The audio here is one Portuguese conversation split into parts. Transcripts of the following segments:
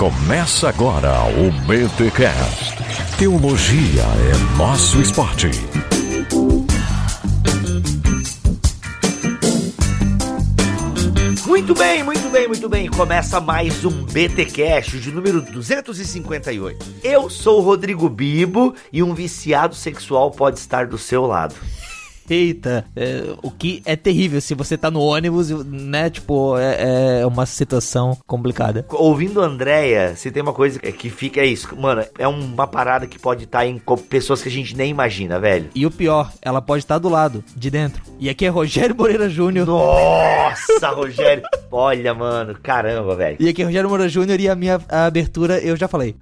Começa agora o BTCast. Teologia é nosso esporte. Muito bem. Começa mais um BTcast de número 258. Eu sou o Rodrigo Bibo e um viciado sexual pode estar do seu lado. Eita, o que é terrível se você tá no ônibus, né, tipo, é uma situação complicada. Ouvindo a Andréia, se tem uma coisa que fica, é isso, mano, é uma parada que pode estar em pessoas que a gente nem imagina, velho. E o pior, ela pode estar do lado, de dentro. E aqui é Rogério Moreira Júnior. Nossa, Rogério, olha, mano, caramba, velho. E aqui é Rogério Moreira Júnior e a minha abertura eu já falei.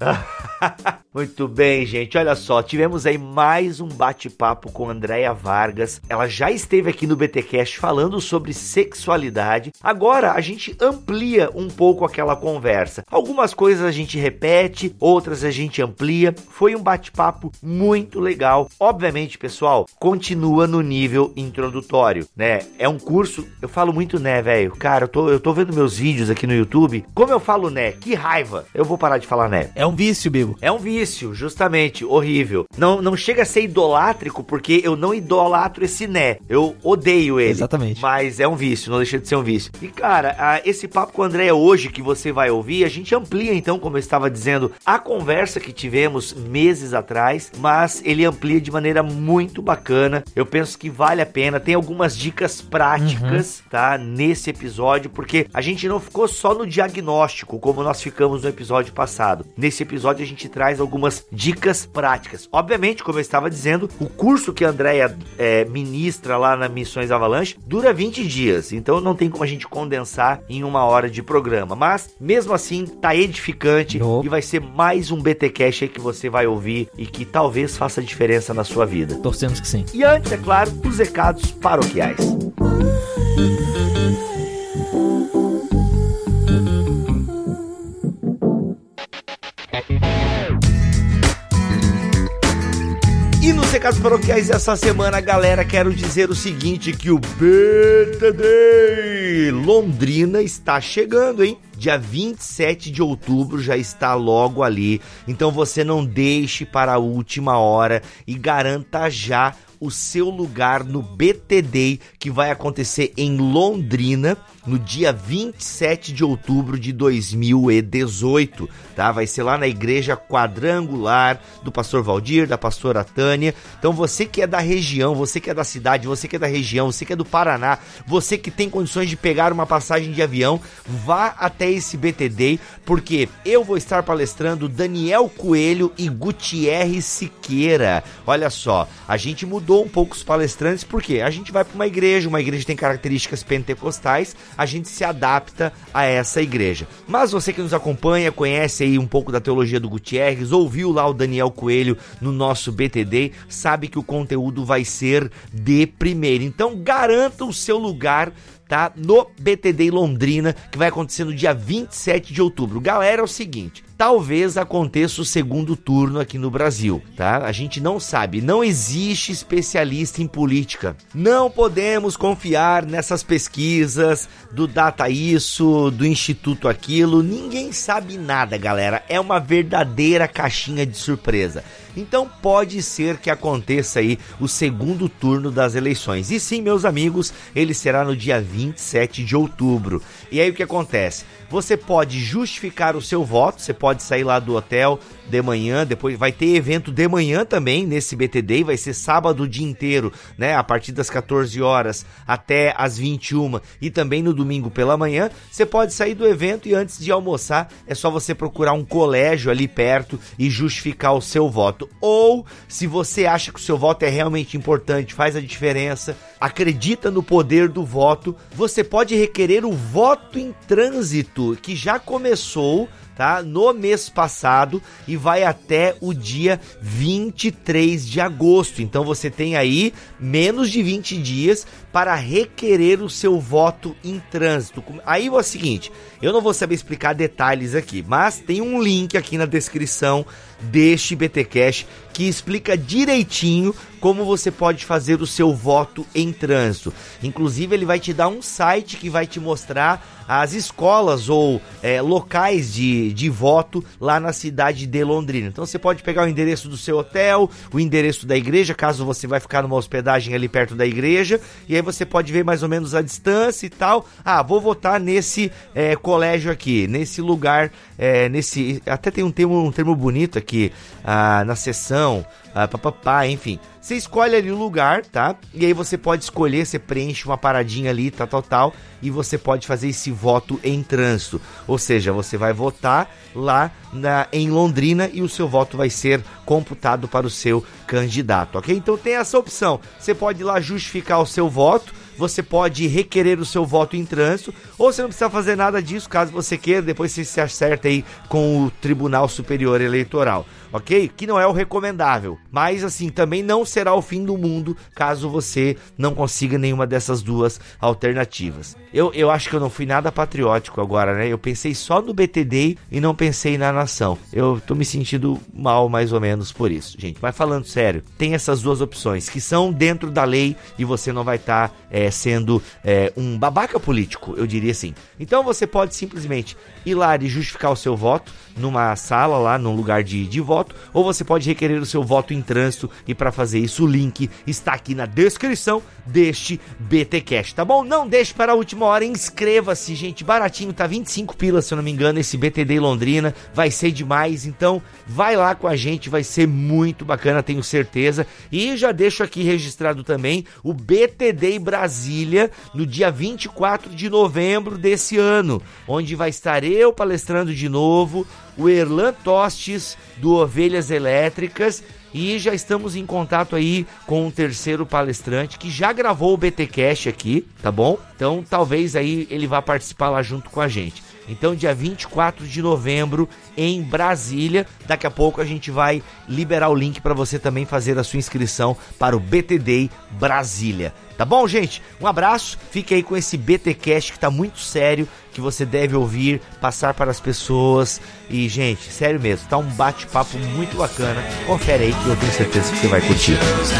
Muito bem, gente, olha só, tivemos aí mais um bate-papo com Andréia Vargas. Ela já esteve aqui no BTcast falando sobre sexualidade. Agora a gente amplia um pouco aquela conversa. Algumas coisas a gente repete, outras a gente amplia. Foi um bate-papo muito legal. Obviamente, pessoal, continua no nível introdutório, né? É um curso, eu falo muito né, velho. Cara, eu tô vendo meus vídeos aqui no YouTube. Como eu falo né? Que raiva. Eu vou parar de falar né. É um vício, Bibo. É um vício, justamente, horrível. Não chega a ser idolátrico, porque eu não idolatro esse né. Eu odeio ele. Exatamente. Mas é um vício, não deixa de ser um vício. E, cara, esse papo com a Andréia hoje, que você vai ouvir, a gente amplia, então, como eu estava dizendo, a conversa que tivemos meses atrás, mas ele amplia de maneira muito bacana. Eu penso que vale a pena. Tem algumas dicas práticas, tá? Nesse episódio, porque a gente não ficou só no diagnóstico, como nós ficamos no episódio passado. Nesse episódio, a gente traz algumas dicas práticas. Obviamente, como eu estava dizendo, o curso que a Andréia ministra lá na Missões Avalanche dura 20 dias, então não tem como a gente condensar em uma hora de programa, mas mesmo assim tá edificante e vai ser mais um BTcast aí que você vai ouvir e que talvez faça diferença na sua vida. Torcemos que sim. E antes, é claro, os recados paroquiais. E nos recados paroquiais dessa semana, galera, quero dizer o seguinte, que o BTD Londrina está chegando, hein? Dia 27 de outubro já está logo ali, então você não deixe para a última hora e garanta já o seu lugar no BTD, que vai acontecer em Londrina, no dia 27 de outubro de 2018, tá? Vai ser lá na Igreja Quadrangular do Pastor Valdir, da Pastora Tânia. Então você que é da região, você que é da cidade, você que é da região, você que é do Paraná, você que tem condições de pegar uma passagem de avião, vá até esse BTD, porque eu vou estar palestrando Daniel Coelho e Gutierrez Siqueira. Olha só, a gente mudou um pouco os palestrantes, porque a gente vai para uma igreja tem características pentecostais, a gente se adapta a essa igreja. Mas você que nos acompanha, conhece aí um pouco da teologia do Gutierrez, ouviu lá o Daniel Coelho no nosso BTD, sabe que o conteúdo vai ser de primeira. Então garanta o seu lugar, tá? No BTD Londrina, que vai acontecer no dia 27 de outubro. Galera, é o seguinte, talvez aconteça o segundo turno aqui no Brasil, tá? A gente não sabe, não existe especialista em política. Não podemos confiar nessas pesquisas do Data Isso, do Instituto Aquilo. Ninguém sabe nada, galera. É uma verdadeira caixinha de surpresa. Então pode ser que aconteça aí o segundo turno das eleições. E sim, meus amigos, ele será no dia 27 de outubro. E aí o que acontece? Você pode justificar o seu voto, você pode sair lá do hotel de manhã, depois vai ter evento de manhã também nesse BTD, vai ser sábado o dia inteiro, né, a partir das 14 horas até as 21 e também no domingo pela manhã. Você pode sair do evento e antes de almoçar é só você procurar um colégio ali perto e justificar o seu voto. Ou, se você acha que o seu voto é realmente importante, faz a diferença, acredita no poder do voto, você pode requerer o voto em trânsito, que já começou, tá? No mês passado e vai até o dia 23 de agosto. Então você tem aí menos de 20 dias para requerer o seu voto em trânsito. Aí é o seguinte, eu não vou saber explicar detalhes aqui, mas tem um link aqui na descrição deste BTcast que explica direitinho como você pode fazer o seu voto em trânsito. Inclusive ele vai te dar um site que vai te mostrar as escolas ou locais de voto lá na cidade de Londrina. Então você pode pegar o endereço do seu hotel, o endereço da igreja, caso você vai ficar numa hospedagem ali perto da igreja, e aí você pode ver mais ou menos a distância e tal. Ah, vou votar nesse colégio aqui, nesse lugar, até tem um termo bonito aqui, na seção, enfim. Você escolhe ali o lugar, tá? E aí você pode escolher, você preenche uma paradinha ali, tal, e você pode fazer esse voto em trânsito. Ou seja, você vai votar lá em Londrina e o seu voto vai ser computado para o seu candidato, ok? Então tem essa opção. Você pode ir lá justificar o seu voto, você pode requerer o seu voto em trânsito, ou você não precisa fazer nada disso, caso você queira, depois você se acerta aí com o Tribunal Superior Eleitoral, ok? Que não é o recomendável, mas assim, também não será o fim do mundo, caso você não consiga nenhuma dessas duas alternativas. Eu acho que eu não fui nada patriótico agora, né? Eu pensei só no BTD e não pensei na nação. Eu tô me sentindo mal, mais ou menos, por isso, gente. Mas falando sério, tem essas duas opções, que são dentro da lei e você não vai estar sendo um babaca político, eu diria assim. Então você pode simplesmente ir lá e justificar o seu voto numa sala lá, num lugar de voto, ou você pode requerer o seu voto em trânsito, e para fazer isso o link está aqui na descrição deste BTcast, tá bom? Não deixe para a última hora, inscreva-se, gente, baratinho, tá 25 pilas, se eu não me engano, esse BTD Londrina, vai ser demais, então vai lá com a gente, vai ser muito bacana, tenho certeza. E já deixo aqui registrado também o BTD Brasília, no dia 24 de novembro desse ano, onde vai estar eu palestrando de novo, o Erlan Tostes do Ovelhas Elétricas, e já estamos em contato aí com um terceiro palestrante que já gravou o BTcast aqui, tá bom? Então talvez aí ele vá participar lá junto com a gente. Então dia 24 de novembro em Brasília, daqui a pouco a gente vai liberar o link para você também fazer a sua inscrição para o BTD Brasília. Tá bom, gente? Um abraço, fique aí com esse BTcast que tá muito sério, que você deve ouvir, passar para as pessoas. E, gente, sério mesmo, tá um bate-papo muito bacana. Confere aí que eu tenho certeza que você vai curtir.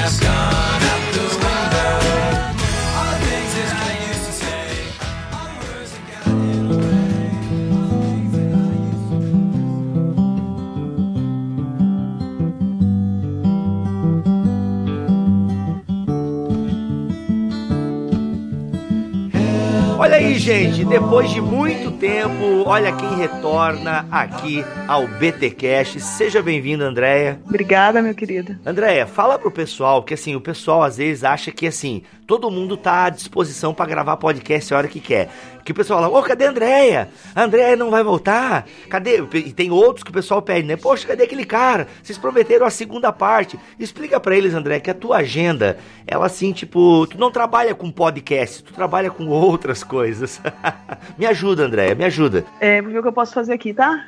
Olha aí, gente, depois de muito tempo, olha quem retorna aqui ao BTcast. Seja bem-vinda, Andréia. Obrigada, meu querido. Andréia, fala pro pessoal, que assim, o pessoal às vezes acha que assim, todo mundo tá à disposição pra gravar podcast a hora que quer. Que o pessoal fala, cadê a Andréia? A Andréia não vai voltar? Cadê? E tem outros que o pessoal pede, né? Poxa, cadê aquele cara? Vocês prometeram a segunda parte. Explica pra eles, Andréia, que a tua agenda, ela assim, tipo, tu não trabalha com podcast, tu trabalha com outras coisas. Me ajuda, Andréia, me ajuda. Vou ver o que eu posso fazer aqui, tá?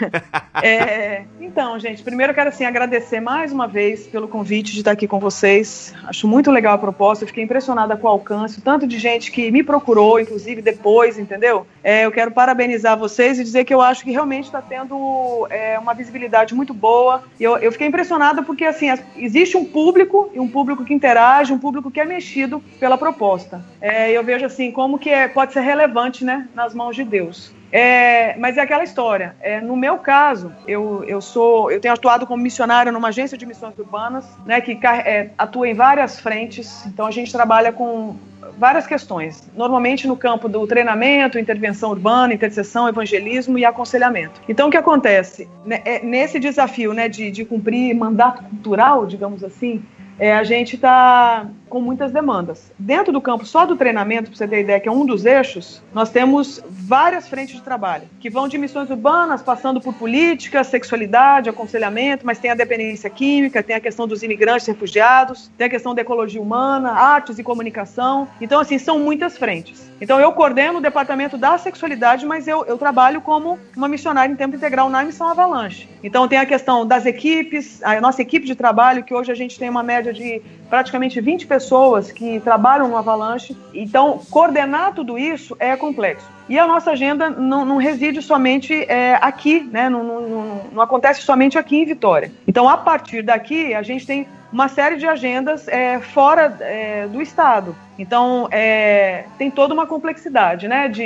Então, gente, primeiro eu quero assim, agradecer mais uma vez pelo convite de estar aqui com vocês. Acho muito legal a proposta, eu fiquei impressionada com o alcance, o tanto de gente que me procurou, inclusive depois, entendeu? Eu quero parabenizar vocês e dizer que eu acho que realmente está tendo uma visibilidade muito boa. Eu fiquei impressionada porque, assim, existe um público, e um público que interage, um público que é mexido pela proposta. Eu vejo, assim, como que pode ser relevante, né, nas mãos de Deus. Mas é aquela história. No meu caso, eu tenho atuado como missionária numa agência de missões urbanas, né, que atua em várias frentes. Então a gente trabalha com várias questões, normalmente no campo do treinamento, intervenção urbana, intercessão, evangelismo e aconselhamento. Então o que acontece? Nesse desafio, né, de cumprir mandato cultural, digamos assim, a gente está com muitas demandas. Dentro do campo só do treinamento, para você ter ideia, que é um dos eixos, nós temos várias frentes de trabalho, que vão de missões urbanas, passando por política, sexualidade, aconselhamento, mas tem a dependência química, tem a questão dos imigrantes e refugiados, tem a questão da ecologia humana, artes e comunicação. Então, assim, são muitas frentes. Então, eu coordeno o departamento da sexualidade, mas eu trabalho como uma missionária em tempo integral na Missão Avalanche. Então, tem a questão das equipes, a nossa equipe de trabalho, que hoje a gente tem uma média de praticamente 20 pessoas que trabalham no Avalanche. Então, coordenar tudo isso é complexo. E a nossa agenda não reside somente aqui, né? Não acontece somente aqui em Vitória. Então, a partir daqui, a gente tem uma série de agendas fora do estado. Então, tem toda uma complexidade, né?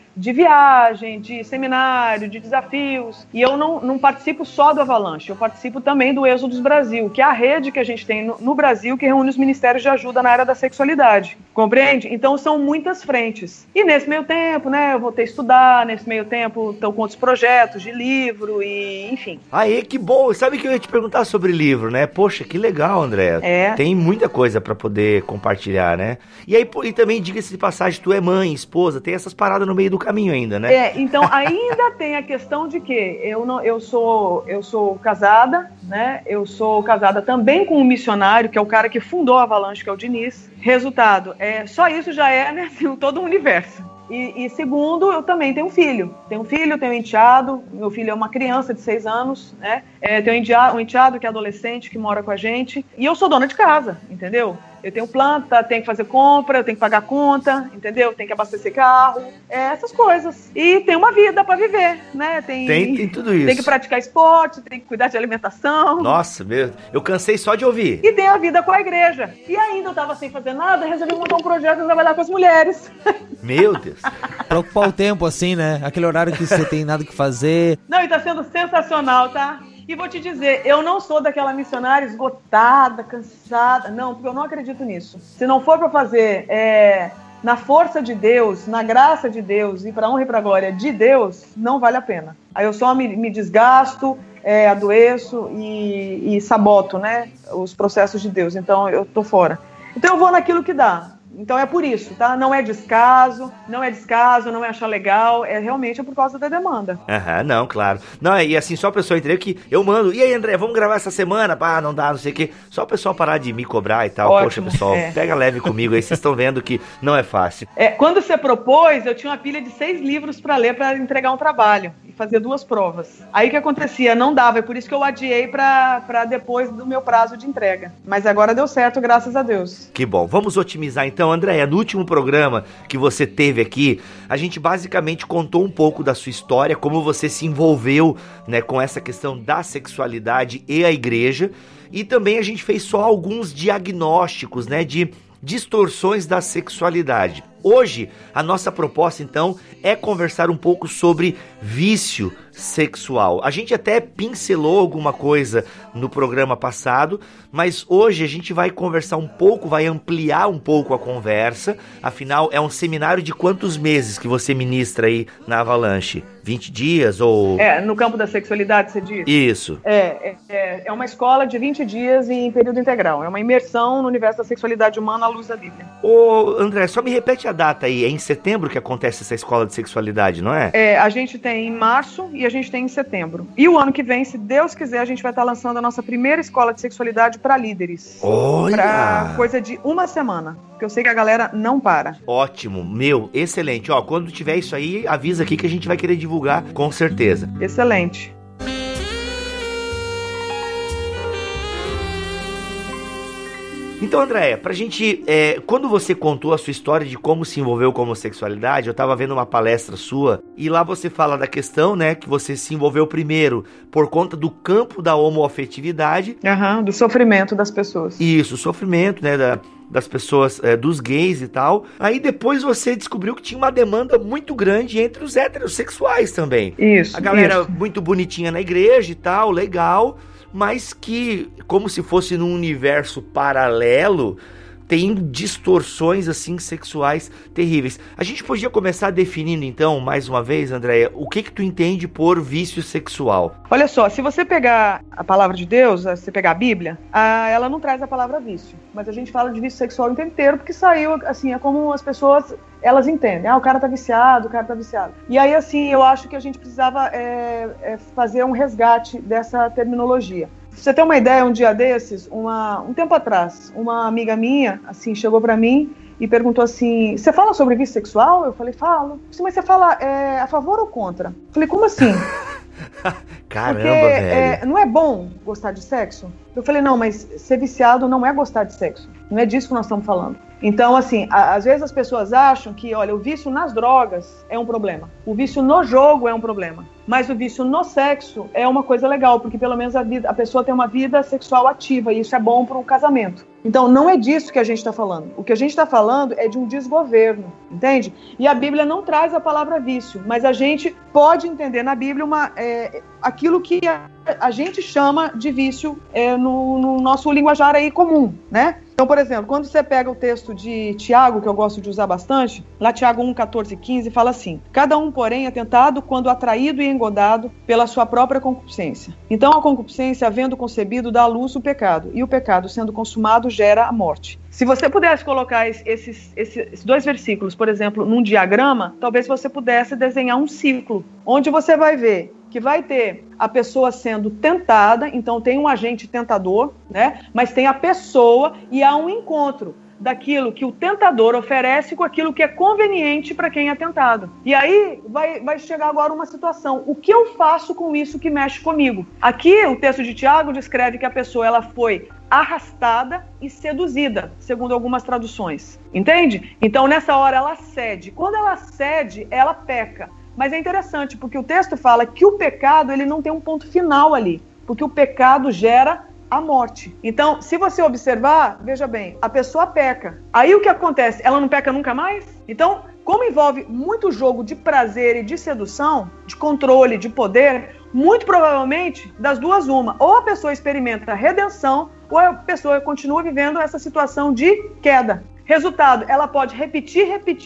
de viagem, de seminário, de desafios. E eu não participo só do Avalanche, eu participo também do Êxodos Brasil, que é a rede que a gente tem no Brasil que reúne os ministérios de ajuda na área da sexualidade. Compreende? Então são muitas frentes. E nesse meio tempo, né, eu voltei a estudar, nesse meio tempo estou com outros projetos de livro e enfim. Aê, que bom! Sabe que eu ia te perguntar sobre livro, né? Poxa, que legal, André. Tem muita coisa pra poder compartilhar, né? E aí, e também, diga-se de passagem, tu é mãe, esposa, tem essas paradas no meio do caminho ainda, né? Então ainda tem a questão de que eu sou casada, né? Eu sou casada também com um missionário, que é o cara que fundou a Avalanche, que é o Diniz. Resultado, só isso já é, né, todo um universo. E segundo, eu também tenho um filho. Tenho um enteado. Meu filho é uma criança de 6 anos, né? Tenho um enteado que é adolescente, que mora com a gente. E eu sou dona de casa, entendeu? Eu tenho planta, tenho que fazer compra, eu tenho que pagar conta, entendeu? Tenho que abastecer carro, essas coisas. E tem uma vida pra viver, né? Tem tudo isso. Tem que praticar esporte, tem que cuidar de alimentação. Nossa, meu, eu cansei só de ouvir. E tem a vida com a igreja. E ainda eu tava sem fazer nada, resolvi montar um projeto de trabalhar com as mulheres. Meu Deus. Pra ocupar o tempo, assim, né? Aquele horário que você tem nada que fazer. Não, e tá sendo sensacional, tá? E vou te dizer, eu não sou daquela missionária esgotada, cansada, não, porque eu não acredito nisso. Se não for para fazer na força de Deus, na graça de Deus e para honra e para glória de Deus, não vale a pena. Aí eu só me desgasto, adoeço e saboto, né, os processos de Deus, então eu tô fora. Então eu vou naquilo que dá. Então é por isso, tá? Não é descaso, não é achar legal, realmente por causa da demanda. Não, claro. Não, e assim, só o pessoal entender que eu mando, e aí, André, vamos gravar essa semana? Pá, não dá, não sei o quê. Só o pessoal parar de me cobrar e tal. Ótimo, poxa, pessoal, pega leve comigo aí, vocês estão vendo que não é fácil. Quando você propôs, eu tinha uma pilha de 6 livros para ler para entregar um trabalho e fazer 2 provas. Aí o que acontecia? Não dava, é por isso que eu adiei para depois do meu prazo de entrega. Mas agora deu certo, graças a Deus. Que bom, vamos otimizar então, Andréia. No último programa que você teve aqui, a gente basicamente contou um pouco da sua história, como você se envolveu, né, com essa questão da sexualidade e a igreja, e também a gente fez só alguns diagnósticos, né, de distorções da sexualidade. Hoje, a nossa proposta, então, é conversar um pouco sobre vício sexual. A gente até pincelou alguma coisa no programa passado, mas hoje a gente vai conversar um pouco, vai ampliar um pouco a conversa. Afinal, é um seminário de quantos meses que você ministra aí na Avalanche? 20 dias ou... no campo da sexualidade, você diz? Isso. É uma escola de 20 dias em período integral. É uma imersão no universo da sexualidade humana à luz da Bíblia. Ô, André, só me repete a data aí. É em setembro que acontece essa escola de sexualidade, não é? A gente tem em março e a gente tem em setembro. E o ano que vem, se Deus quiser, a gente vai estar lançando a nossa primeira escola de sexualidade para líderes. Olha! Para coisa de 1 semana. Porque eu sei que a galera não para. Ótimo, meu, excelente. Ó, quando tiver isso aí, avisa aqui que a gente vai querer divulgar com certeza. Excelente. Então, Andréia, pra gente, quando você contou a sua história de como se envolveu com a homossexualidade, eu tava vendo uma palestra sua, e lá você fala da questão, né, que você se envolveu primeiro por conta do campo da homoafetividade. Do sofrimento das pessoas. Isso, o sofrimento, né, das pessoas, dos gays e tal. Aí depois você descobriu que tinha uma demanda muito grande entre os heterossexuais também. Isso. A galera muito bonitinha na igreja e tal, legal, mas que, como se fosse num universo paralelo, tem distorções, assim, sexuais terríveis. A gente podia começar definindo, então, mais uma vez, Andréia, o que tu entende por vício sexual? Olha só, se você pegar a palavra de Deus, se você pegar a Bíblia, ela não traz a palavra vício. Mas a gente fala de vício sexual o tempo inteiro, porque saiu, assim, é como as pessoas, elas entendem. O cara tá viciado, o cara tá viciado. E aí, assim, eu acho que a gente precisava fazer um resgate dessa terminologia. Pra você ter uma ideia, um dia desses, um tempo atrás, uma amiga minha, assim, chegou pra mim e perguntou assim, você fala sobre vício sexual? Eu falei, falo. Mas você fala a favor ou contra? Eu falei, como assim? Caramba, porque, velho. Não é bom gostar de sexo? Eu falei, não, mas ser viciado não é gostar de sexo. Não é disso que nós estamos falando. Então, assim, às vezes as pessoas acham que, olha, o vício nas drogas é um problema, o vício no jogo é um problema, mas o vício no sexo é uma coisa legal, porque pelo menos a pessoa tem uma vida sexual ativa, e isso é bom para o casamento. Então, não é disso que a gente está falando. O que a gente está falando é de um desgoverno, entende? E a Bíblia não traz a palavra vício, mas a gente pode entender na Bíblia aquilo que a gente chama de vício no nosso linguajar aí comum, né? Então, por exemplo, quando você pega o texto de Tiago, que eu gosto de usar bastante, lá Tiago 1, 14 e 15, fala assim: cada um, porém, é tentado quando atraído e engodado pela sua própria concupiscência. Então, a concupiscência, havendo concebido, dá à luz o pecado, e o pecado, sendo consumado, gera a morte. Se você pudesse colocar esses dois versículos, por exemplo, num diagrama, talvez você pudesse desenhar um ciclo, onde você vai ver que vai ter a pessoa sendo tentada, então tem um agente tentador, né? Mas tem a pessoa e há um encontro daquilo que o tentador oferece com aquilo que é conveniente para quem é tentado. E aí vai chegar agora uma situação: o que eu faço com isso que mexe comigo? Aqui o texto de Tiago descreve que a pessoa ela foi arrastada e seduzida, segundo algumas traduções. Entende? Então nessa hora ela cede. Quando ela cede, ela peca. Mas é interessante, porque o texto fala que o pecado ele não tem um ponto final ali, porque o pecado gera a morte. Então, se você observar, veja bem, a pessoa peca. Aí o que acontece? Ela não peca nunca mais? Então, como envolve muito jogo de prazer e de sedução, de controle, de poder, muito provavelmente, das duas uma, ou a pessoa experimenta a redenção, ou a pessoa continua vivendo essa situação de queda. Resultado, ela pode repetir.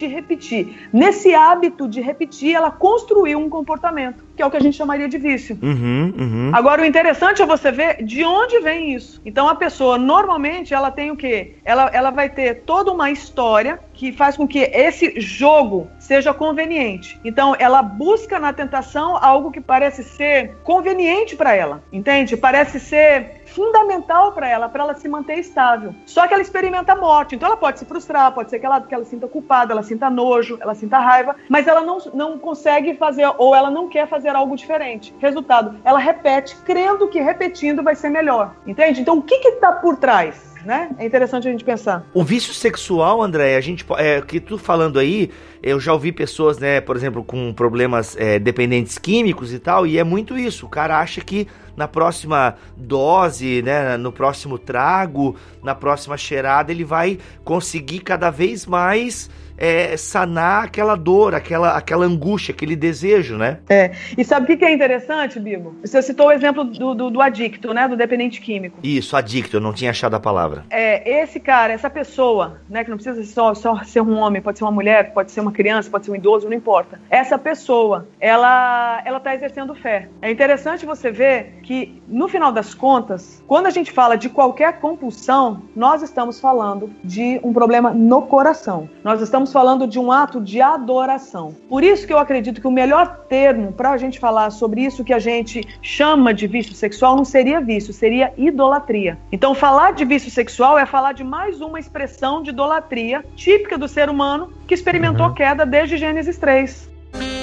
Nesse hábito de repetir, ela construiu um comportamento, que é o que a gente chamaria de vício. Agora, o interessante é você ver de onde vem isso. Então, a pessoa, normalmente, ela tem o quê? Ela vai ter toda uma história que faz com que esse jogo seja conveniente. Então, ela busca na tentação algo que parece ser conveniente para ela, entende? Parece ser fundamental para ela se manter estável. Só que ela experimenta a morte. Então, ela pode se frustrar, pode ser que ela sinta culpada, ela sinta nojo, ela sinta raiva, mas ela não consegue fazer, ou ela não quer fazer algo diferente. Resultado, ela repete, crendo que repetindo vai ser melhor. Entende? Então, o que está por trás? Né? É interessante a gente pensar. O vício sexual, André, que tu falando aí, eu já ouvi pessoas, né, por exemplo, com problemas dependentes químicos e tal, e é muito isso. O cara acha que na próxima dose, né, no próximo trago, na próxima cheirada, ele vai conseguir cada vez mais sanar aquela dor, aquela angústia, aquele desejo, né? E sabe o que é interessante, Bibo? Você citou o exemplo do adicto, né? Do dependente químico. Isso, adicto, eu não tinha achado a palavra. Esse cara, essa pessoa, né? Que não precisa só ser um homem, pode ser uma mulher, pode ser uma criança, pode ser um idoso, não importa. Essa pessoa, ela tá exercendo fé. É interessante você ver que, no final das contas, quando a gente fala de qualquer compulsão, nós estamos falando de um problema no coração. Nós estamos falando de um ato de adoração. Por isso que eu acredito que o melhor termo para a gente falar sobre isso que a gente chama de vício sexual não seria vício, seria idolatria. Então, falar de vício sexual é falar de mais uma expressão de idolatria típica do ser humano que experimentou queda desde Gênesis 3.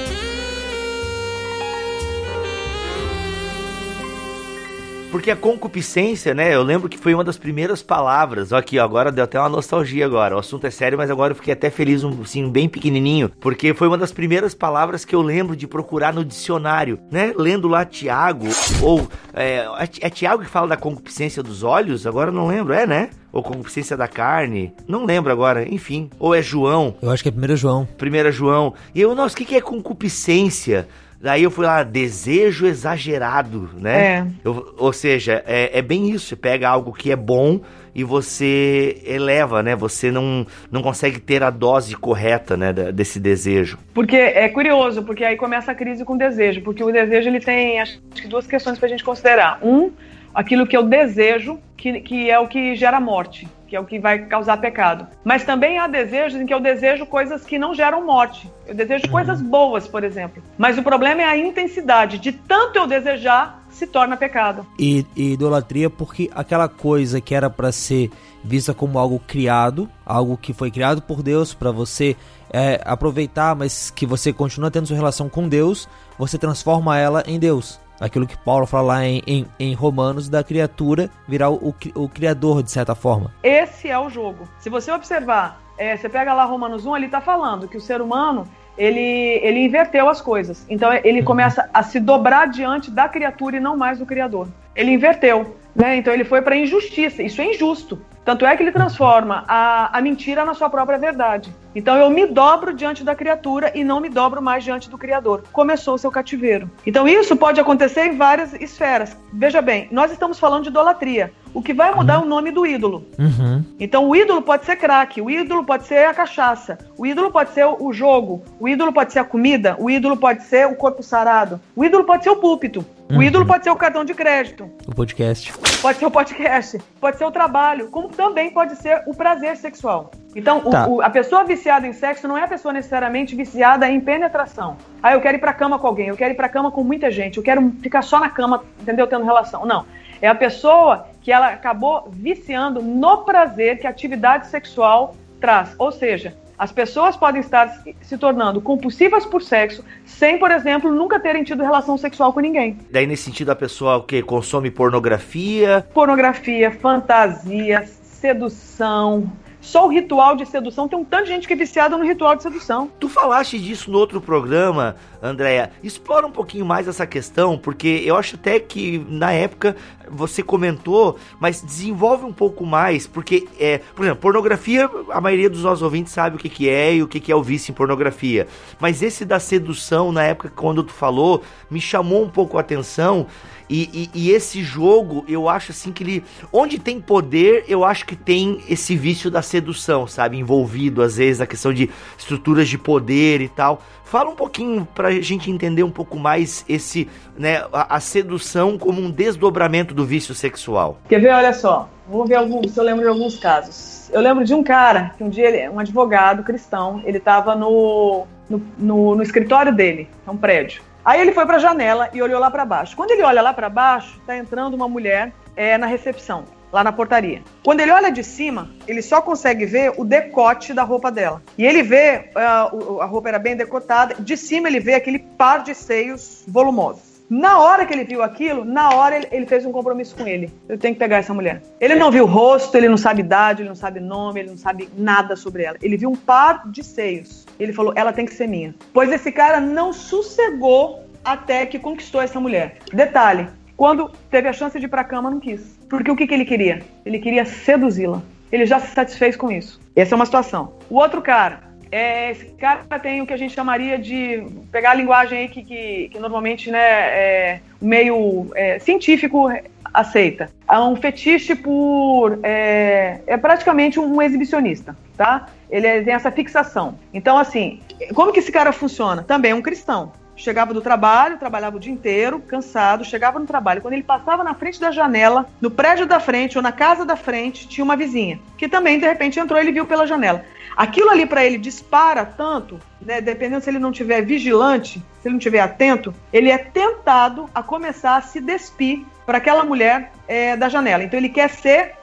Porque a concupiscência, né, eu lembro que foi uma das primeiras palavras, ó, aqui, ó, agora deu até uma nostalgia agora, o assunto é sério, mas agora eu fiquei até feliz, assim, bem pequenininho, porque foi uma das primeiras palavras que eu lembro de procurar no dicionário, né, lendo lá Tiago, ou, é Tiago que fala da concupiscência dos olhos? Agora eu não lembro, né? Ou concupiscência da carne, não lembro agora, enfim, ou é João? Eu acho que é 1 João. 1 João, e eu, nossa, o que é concupiscência? Daí eu fui lá, desejo exagerado, né? Ou seja, é bem isso, você pega algo que é bom e você eleva, né? Você não consegue ter a dose correta, né, desse desejo. Porque é curioso, porque aí começa a crise com o desejo, porque o desejo ele tem, acho que, duas questões pra gente considerar. Aquilo que eu desejo, que é o que gera morte, que é o que vai causar pecado. Mas também há desejos em que eu desejo coisas que não geram morte. Eu desejo coisas boas, por exemplo. Mas o problema é a intensidade. De tanto eu desejar, se torna pecado. E idolatria porque aquela coisa que era para ser vista como algo criado, algo que foi criado por Deus para você aproveitar, mas que você continua tendo sua relação com Deus, você transforma ela em Deus. aquilo que Paulo fala lá em Romanos, da criatura virar o criador, de certa forma. Esse é o jogo. Se você observar, você pega lá Romanos 1, ele está falando que o ser humano, ele inverteu as coisas. Então ele começa a se dobrar diante da criatura e não mais do Criador. Ele inverteu, né? Então ele foi para a injustiça. Isso é injusto. Tanto é que ele transforma a mentira na sua própria verdade. Então eu me dobro diante da criatura e não me dobro mais diante do Criador. Começou o seu cativeiro. Então isso pode acontecer em várias esferas. Veja bem, nós estamos falando de idolatria. O que vai mudar é o nome do ídolo. Então o ídolo pode ser crack, o ídolo pode ser a cachaça, o ídolo pode ser o jogo, o ídolo pode ser a comida, o ídolo pode ser o corpo sarado, o ídolo pode ser o púlpito, o ídolo pode ser o cartão de crédito. O podcast. Pode ser o podcast, pode ser o trabalho, como também pode ser o prazer sexual. Então, a pessoa viciada em sexo não é a pessoa necessariamente viciada em penetração. Eu quero ir pra cama com alguém, eu quero ir pra cama com muita gente, eu quero ficar só na cama, entendeu? Tendo relação. Não. É a pessoa que ela acabou viciando no prazer que a atividade sexual traz. Ou seja, as pessoas podem estar se tornando compulsivas por sexo sem, por exemplo, nunca terem tido relação sexual com ninguém. Daí, nesse sentido, a pessoa o quê? Consome pornografia? Pornografia, fantasia, sedução. Só o ritual de sedução, tem um tanto de gente que é viciada no ritual de sedução. Tu falaste disso no outro programa, Andréa. Explora um pouquinho mais essa questão, porque eu acho até que na época você comentou, mas desenvolve um pouco mais, porque, por exemplo, pornografia, a maioria dos nossos ouvintes sabe o que é e o que é o vício em pornografia. Mas esse da sedução, na época quando tu falou, me chamou um pouco a atenção. E esse jogo, eu acho assim que ele... Onde tem poder, eu acho que tem esse vício da sedução, sabe? Envolvido, às vezes, a questão de estruturas de poder e tal. Fala um pouquinho pra gente entender um pouco mais esse, né, a sedução como um desdobramento do vício sexual. Quer ver? Olha só. Vamos ver se eu lembro de alguns casos. Eu lembro de um cara, que um dia, um advogado cristão, ele estava no escritório dele, é um prédio. Aí ele foi para a janela e olhou lá para baixo. Quando ele olha lá para baixo, está entrando uma mulher na recepção, lá na portaria. Quando ele olha de cima, ele só consegue ver o decote da roupa dela. E ele vê, a roupa era bem decotada, de cima ele vê aquele par de seios volumosos. Na hora que ele viu aquilo, ele fez um compromisso com ele. Eu tenho que pegar essa mulher. Ele não viu o rosto, ele não sabe idade, ele não sabe nome, ele não sabe nada sobre ela. Ele viu um par de seios. Ele falou, ela tem que ser minha. Pois esse cara não sossegou até que conquistou essa mulher. Detalhe, quando teve a chance de ir pra cama, não quis. Porque o que ele queria? Ele queria seduzi-la. Ele já se satisfez com isso. Essa é uma situação. O outro cara... esse cara tem o que a gente chamaria de... Pegar a linguagem aí que normalmente, né, o meio científico aceita. É um fetiche por... É praticamente um exibicionista, tá? Ele tem essa fixação. Então, assim, como que esse cara funciona? Também é um cristão. Chegava do trabalho, trabalhava o dia inteiro, cansado, chegava no trabalho. Quando ele passava na frente da janela, no prédio da frente ou na casa da frente, tinha uma vizinha, que também, de repente, entrou e ele viu pela janela. Aquilo ali para ele dispara tanto, né, dependendo se ele não estiver vigilante, se ele não estiver atento, ele é tentado a começar a se despir para aquela mulher da janela. Então ele quer ser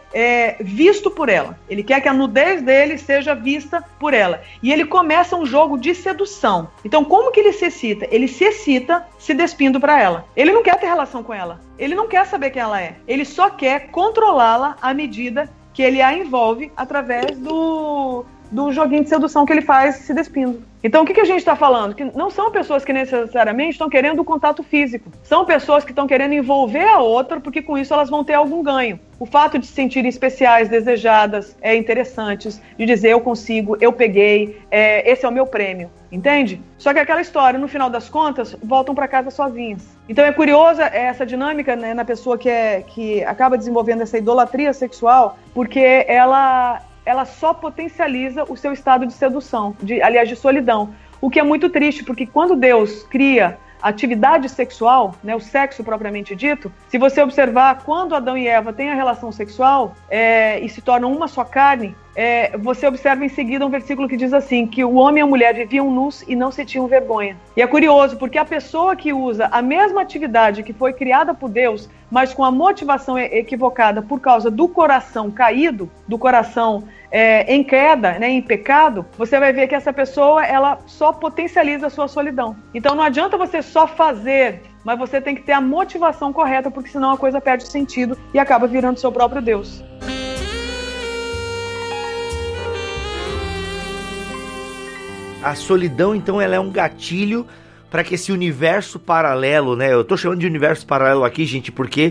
visto por ela. Ele quer que a nudez dele seja vista por ela. E ele começa um jogo de sedução. Então, como que ele se excita? Ele se excita se despindo para ela. Ele não quer ter relação com ela. Ele não quer saber quem ela é. Ele só quer controlá-la à medida que ele a envolve através do joguinho de sedução que ele faz se despindo. Então, o que a gente está falando? Que não são pessoas que necessariamente estão querendo o contato físico. São pessoas que estão querendo envolver a outra, porque com isso elas vão ter algum ganho. O fato de se sentirem especiais, desejadas, interessantes, de dizer eu consigo, eu peguei, esse é o meu prêmio. Entende? Só que aquela história, no final das contas, voltam para casa sozinhas. Então é curiosa essa dinâmica, né, na pessoa que acaba desenvolvendo essa idolatria sexual, porque ela só potencializa o seu estado de sedução, aliás, de solidão. O que é muito triste, porque quando Deus cria a atividade sexual, né, o sexo propriamente dito, se você observar, quando Adão e Eva têm a relação sexual e se tornam uma só carne, você observa em seguida um versículo que diz assim, que o homem e a mulher viviam nus e não se tinham vergonha. E é curioso, porque a pessoa que usa a mesma atividade que foi criada por Deus, mas com a motivação equivocada por causa do coração caído, do coração em queda, né, em pecado, você vai ver que essa pessoa ela só potencializa a sua solidão. Então não adianta você só fazer, mas você tem que ter a motivação correta, porque senão a coisa perde sentido e acaba virando seu próprio Deus. A solidão, então, ela é um gatilho para que esse universo paralelo, né? Eu tô chamando de universo paralelo aqui, gente, porque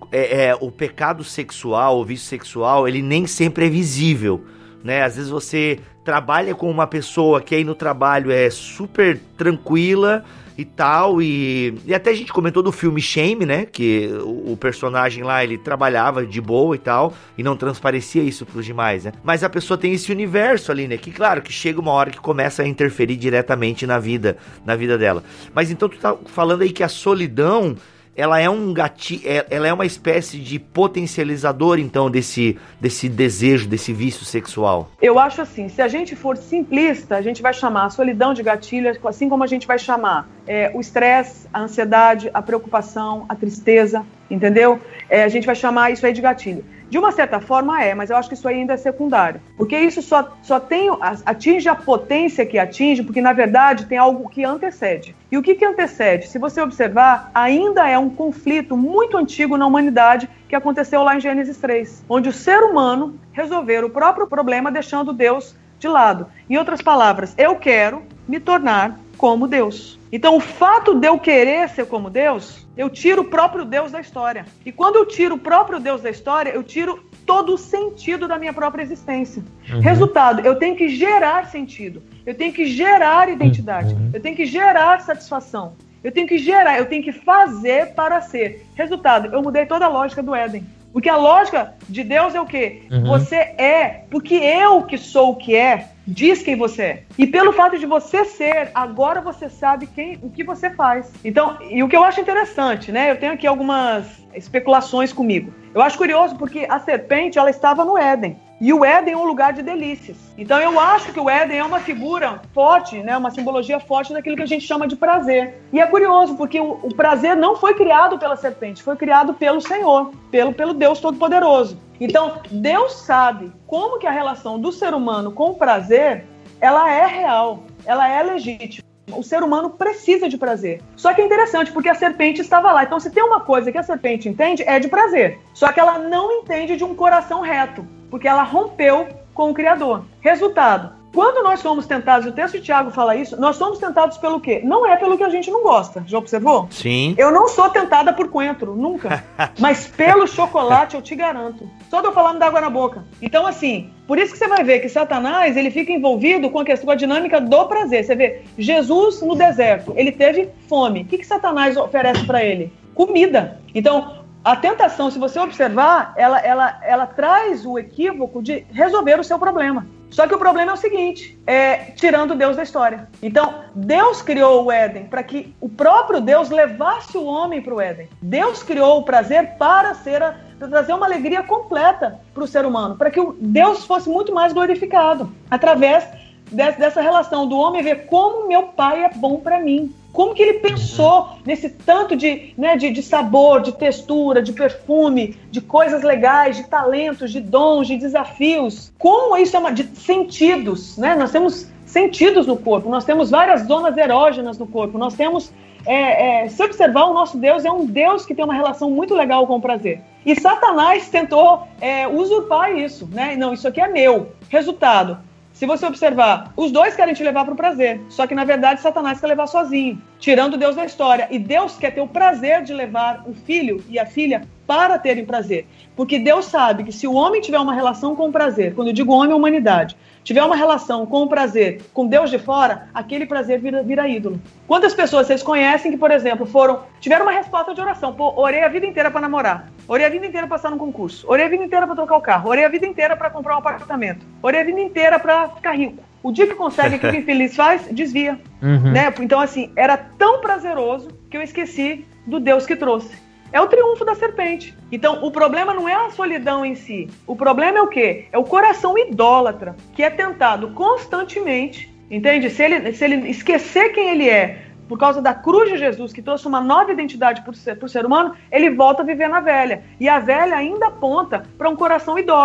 o pecado sexual, o vício sexual, ele nem sempre é visível, né? Às vezes você trabalha com uma pessoa que aí no trabalho é super tranquila e tal, e até a gente comentou do filme Shame, né, que o personagem lá, ele trabalhava de boa e tal, e não transparecia isso pros demais, né, mas a pessoa tem esse universo ali, né, que claro, que chega uma hora que começa a interferir diretamente na vida dela. Mas então tu tá falando aí que a solidão, ela é um gatilho, ela é uma espécie de potencializador, então, desse desejo, desse vício sexual. Eu acho assim, se a gente for simplista, a gente vai chamar a solidão de gatilho, assim como a gente vai chamar o estresse, a ansiedade, a preocupação, a tristeza, entendeu? A gente vai chamar isso aí de gatilho. De uma certa forma mas eu acho que isso aí ainda é secundário. Porque isso só atinge a potência que atinge, porque na verdade tem algo que antecede. E o que antecede? Se você observar, ainda é um conflito muito antigo na humanidade que aconteceu lá em Gênesis 3, onde o ser humano resolveu o próprio problema deixando Deus de lado. Em outras palavras, eu quero me tornar como Deus. Então, o fato de eu querer ser como Deus, eu tiro o próprio Deus da história. E quando eu tiro o próprio Deus da história, eu tiro todo o sentido da minha própria existência. Resultado, eu tenho que gerar sentido. Eu tenho que gerar identidade. Eu tenho que gerar satisfação. Eu tenho que fazer para ser. Resultado, eu mudei toda a lógica do Éden. Porque a lógica de Deus é o quê? Você é, porque eu que sou o que diz quem você é. E pelo fato de você ser, agora você sabe o que você faz. Então, e o que eu acho interessante, né? Eu tenho aqui algumas especulações comigo. Eu acho curioso porque a serpente, ela estava no Éden. E o Éden é um lugar de delícias. Então eu acho que o Éden é uma figura forte, né, uma simbologia forte daquilo que a gente chama de prazer. E é curioso, porque o prazer não foi criado pela serpente, foi criado pelo Senhor, pelo Deus Todo-Poderoso. Então, Deus sabe como que a relação do ser humano com o prazer, ela é real, ela é legítima. O ser humano precisa de prazer. Só que é interessante, porque a serpente estava lá. Então, se tem uma coisa que a serpente entende, é de prazer. Só que ela não entende de um coração reto, porque ela rompeu com o Criador. Resultado, quando nós somos tentados, o texto de Tiago fala isso, nós somos tentados pelo quê? Não é pelo que a gente não gosta. Já observou? Sim. Eu não sou tentada por coentro, nunca. Mas pelo chocolate eu te garanto. Só de eu falar me dá água na boca. Então, assim, por isso que você vai ver que Satanás, ele fica envolvido com a dinâmica do prazer. Você vê, Jesus no deserto, ele teve fome. O que Satanás oferece para ele? Comida. Então, a tentação, se você observar, ela traz o equívoco de resolver o seu problema. Só que o problema é o seguinte, tirando Deus da história. Então, Deus criou o Éden para que o próprio Deus levasse o homem para o Éden. Deus criou o prazer para trazer uma alegria completa para o ser humano, para que o Deus fosse muito mais glorificado, através dessa relação do homem ver como meu pai é bom para mim. Como que ele pensou nesse tanto de sabor, de textura, de perfume, de coisas legais, de talentos, de dons, de desafios. Como isso é de sentidos, né? Nós temos sentidos no corpo, nós temos várias zonas erógenas no corpo, nós temos... se observar, o nosso Deus é um Deus que tem uma relação muito legal com o prazer. E Satanás tentou usurpar isso, né? Não, isso aqui é meu. Resultado... Se você observar, os dois querem te levar para o prazer, só que na verdade Satanás quer levar sozinho, tirando Deus da história. E Deus quer ter o prazer de levar o filho e a filha para terem prazer. Porque Deus sabe que se o homem tiver uma relação com o prazer, quando eu digo homem, é humanidade, tiver uma relação com o prazer, com Deus de fora, aquele prazer vira ídolo. Quantas pessoas vocês conhecem que, por exemplo, tiveram uma resposta de oração? Pô, orei a vida inteira para namorar, orei a vida inteira para passar num concurso, orei a vida inteira para trocar o carro, orei a vida inteira para comprar um apartamento, orei a vida inteira para ficar rico. O dia que consegue, o que o infeliz faz? Desvia. Né? Então, assim, era tão prazeroso que eu esqueci do Deus que trouxe. É o triunfo da serpente. Então, o problema não é a solidão em si. O problema é o quê? É o coração idólatra, que é tentado constantemente, entende? Se ele esquecer quem ele é, por causa da cruz de Jesus, que trouxe uma nova identidade para o ser humano, ele volta a viver na velha. E a velha ainda aponta para um coração idólatra.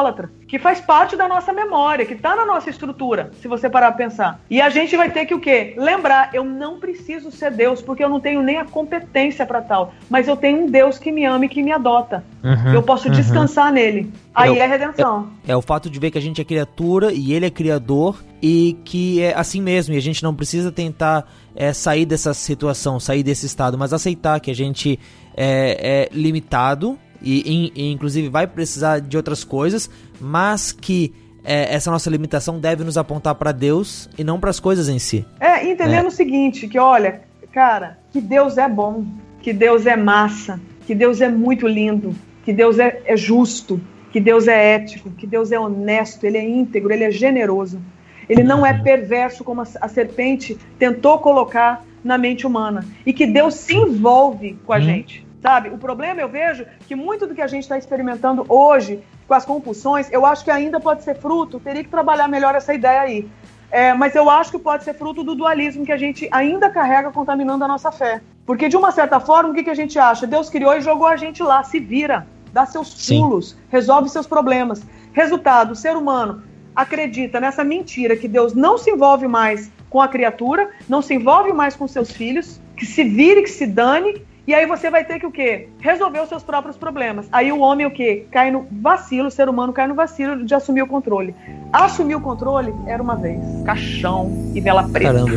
que faz parte da nossa memória, que está na nossa estrutura, se você parar para pensar. E a gente vai ter que o quê? Lembrar, eu não preciso ser Deus, porque eu não tenho nem a competência para tal, mas eu tenho um Deus que me ama e que me adota. Eu posso descansar nele. Aí é redenção. É o fato de ver que a gente é criatura e ele é criador e que é assim mesmo, e a gente não precisa tentar sair dessa situação, sair desse estado, mas aceitar que a gente é limitado e inclusive vai precisar de outras coisas, mas que essa nossa limitação deve nos apontar para Deus e não para as coisas em si. Entendendo o seguinte, que olha, cara, que Deus é bom, que Deus é massa, que Deus é muito lindo, que Deus é justo, que Deus é ético, que Deus é honesto, ele é íntegro, ele é generoso. Ele não é perverso como a serpente tentou colocar na mente humana. E que Deus se envolve com a gente. Sabe? O problema, eu vejo, que muito do que a gente está experimentando hoje com as compulsões, eu acho que ainda pode ser fruto, teria que trabalhar melhor essa ideia aí. Mas eu acho que pode ser fruto do dualismo que a gente ainda carrega contaminando a nossa fé. Porque, de uma certa forma, o que a gente acha? Deus criou e jogou a gente lá, se vira, dá seus pulos, resolve seus problemas. Resultado, o ser humano acredita nessa mentira que Deus não se envolve mais com a criatura, não se envolve mais com seus filhos, que se vire, que se dane, e aí você vai ter que o quê? Resolver os seus próprios problemas. Aí o homem o quê? Cai no vacilo, o ser humano cai no vacilo de assumir o controle. Assumir o controle era uma vez. Caixão e vela preta. Caramba.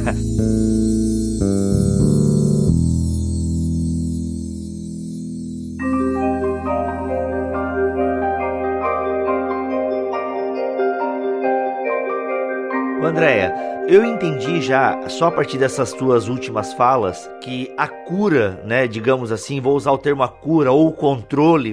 Andréia, eu entendi já, só a partir dessas tuas últimas falas, que a cura, né, digamos assim, vou usar o termo a cura ou o controle,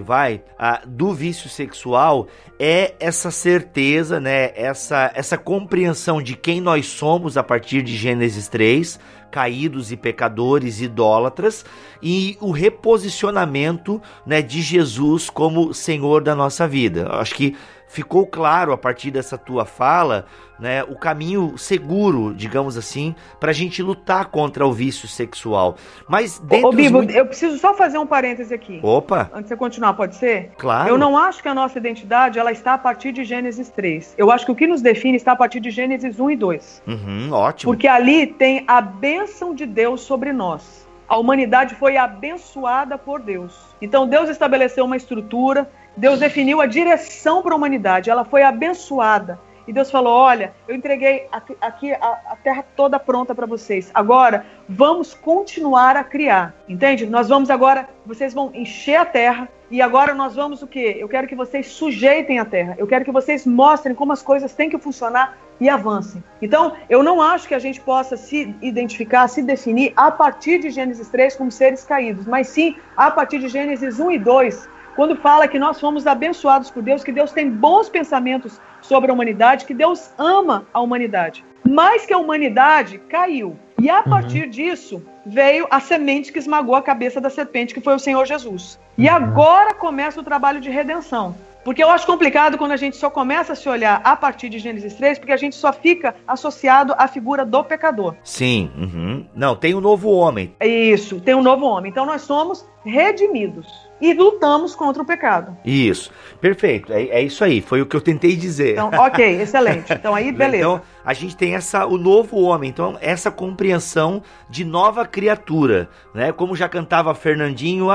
do vício sexual é essa certeza, né, essa compreensão de quem nós somos a partir de Gênesis 3, caídos e pecadores idólatras, e o reposicionamento, né, de Jesus como Senhor da nossa vida. Eu acho que ficou claro a partir dessa tua fala, né, o caminho seguro, digamos assim, para a gente lutar contra o vício sexual. Mas dentro Bibo, eu preciso só fazer um parêntese aqui. Opa! Antes de você continuar, pode ser? Claro. Eu não acho que a nossa identidade ela está a partir de Gênesis 3. Eu acho que o que nos define está a partir de Gênesis 1 e 2. Ótimo. Porque ali tem a bênção de Deus sobre nós. A humanidade foi abençoada por Deus. Então Deus estabeleceu uma estrutura, Deus definiu a direção para a humanidade, ela foi abençoada. E Deus falou, olha, eu entreguei aqui a terra toda pronta para vocês. Agora, vamos continuar a criar, entende? Nós vamos agora, vocês vão encher a terra e agora nós vamos o quê? Eu quero que vocês sujeitem a terra. Eu quero que vocês mostrem como as coisas têm que funcionar e avancem. Então, eu não acho que a gente possa se identificar, se definir a partir de Gênesis 3 como seres caídos, mas sim a partir de Gênesis 1 e 2, quando fala que nós fomos abençoados por Deus, que Deus tem bons pensamentos sobre a humanidade, que Deus ama a humanidade, mas que a humanidade caiu. E a partir disso, veio a semente que esmagou a cabeça da serpente, que foi o Senhor Jesus. E agora começa o trabalho de redenção. Porque eu acho complicado quando a gente só começa a se olhar a partir de Gênesis 3, porque a gente só fica associado à figura do pecador. Sim, Não, tem um novo homem. Isso, tem um novo homem. Então nós somos redimidos e lutamos contra o pecado. Isso, perfeito, é isso aí, foi o que eu tentei dizer. Então, ok, excelente. Então aí, beleza. Então, a gente tem o novo homem, então essa compreensão de nova criatura, né? Como já cantava Fernandinho,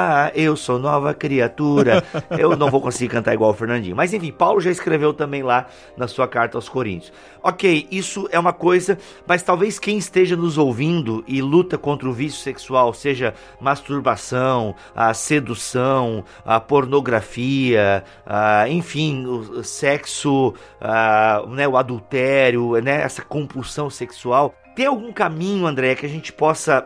eu sou nova criatura. Eu não vou conseguir cantar igual o Fernandinho, mas enfim, Paulo já escreveu também lá na sua carta aos Coríntios. Ok, isso é uma coisa, mas talvez quem esteja nos ouvindo e luta contra o vício sexual, seja masturbação, a sedução, a pornografia, enfim, o sexo, né, o adultério, né, essa compulsão sexual. Tem algum caminho, André, que a gente possa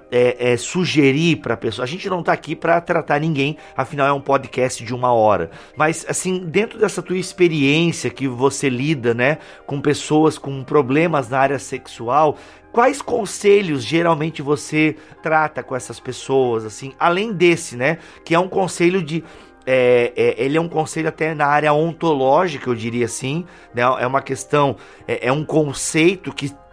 sugerir para a pessoa? A gente não está aqui para tratar ninguém, afinal é um podcast de 1 hora. Mas, assim, dentro dessa tua experiência que você lida, né, com pessoas com problemas na área sexual, quais conselhos geralmente você trata com essas pessoas, assim, além desse, né, que é um conselho de... ele é um conselho até na área ontológica, eu diria assim, né? É uma questão, é um conceito que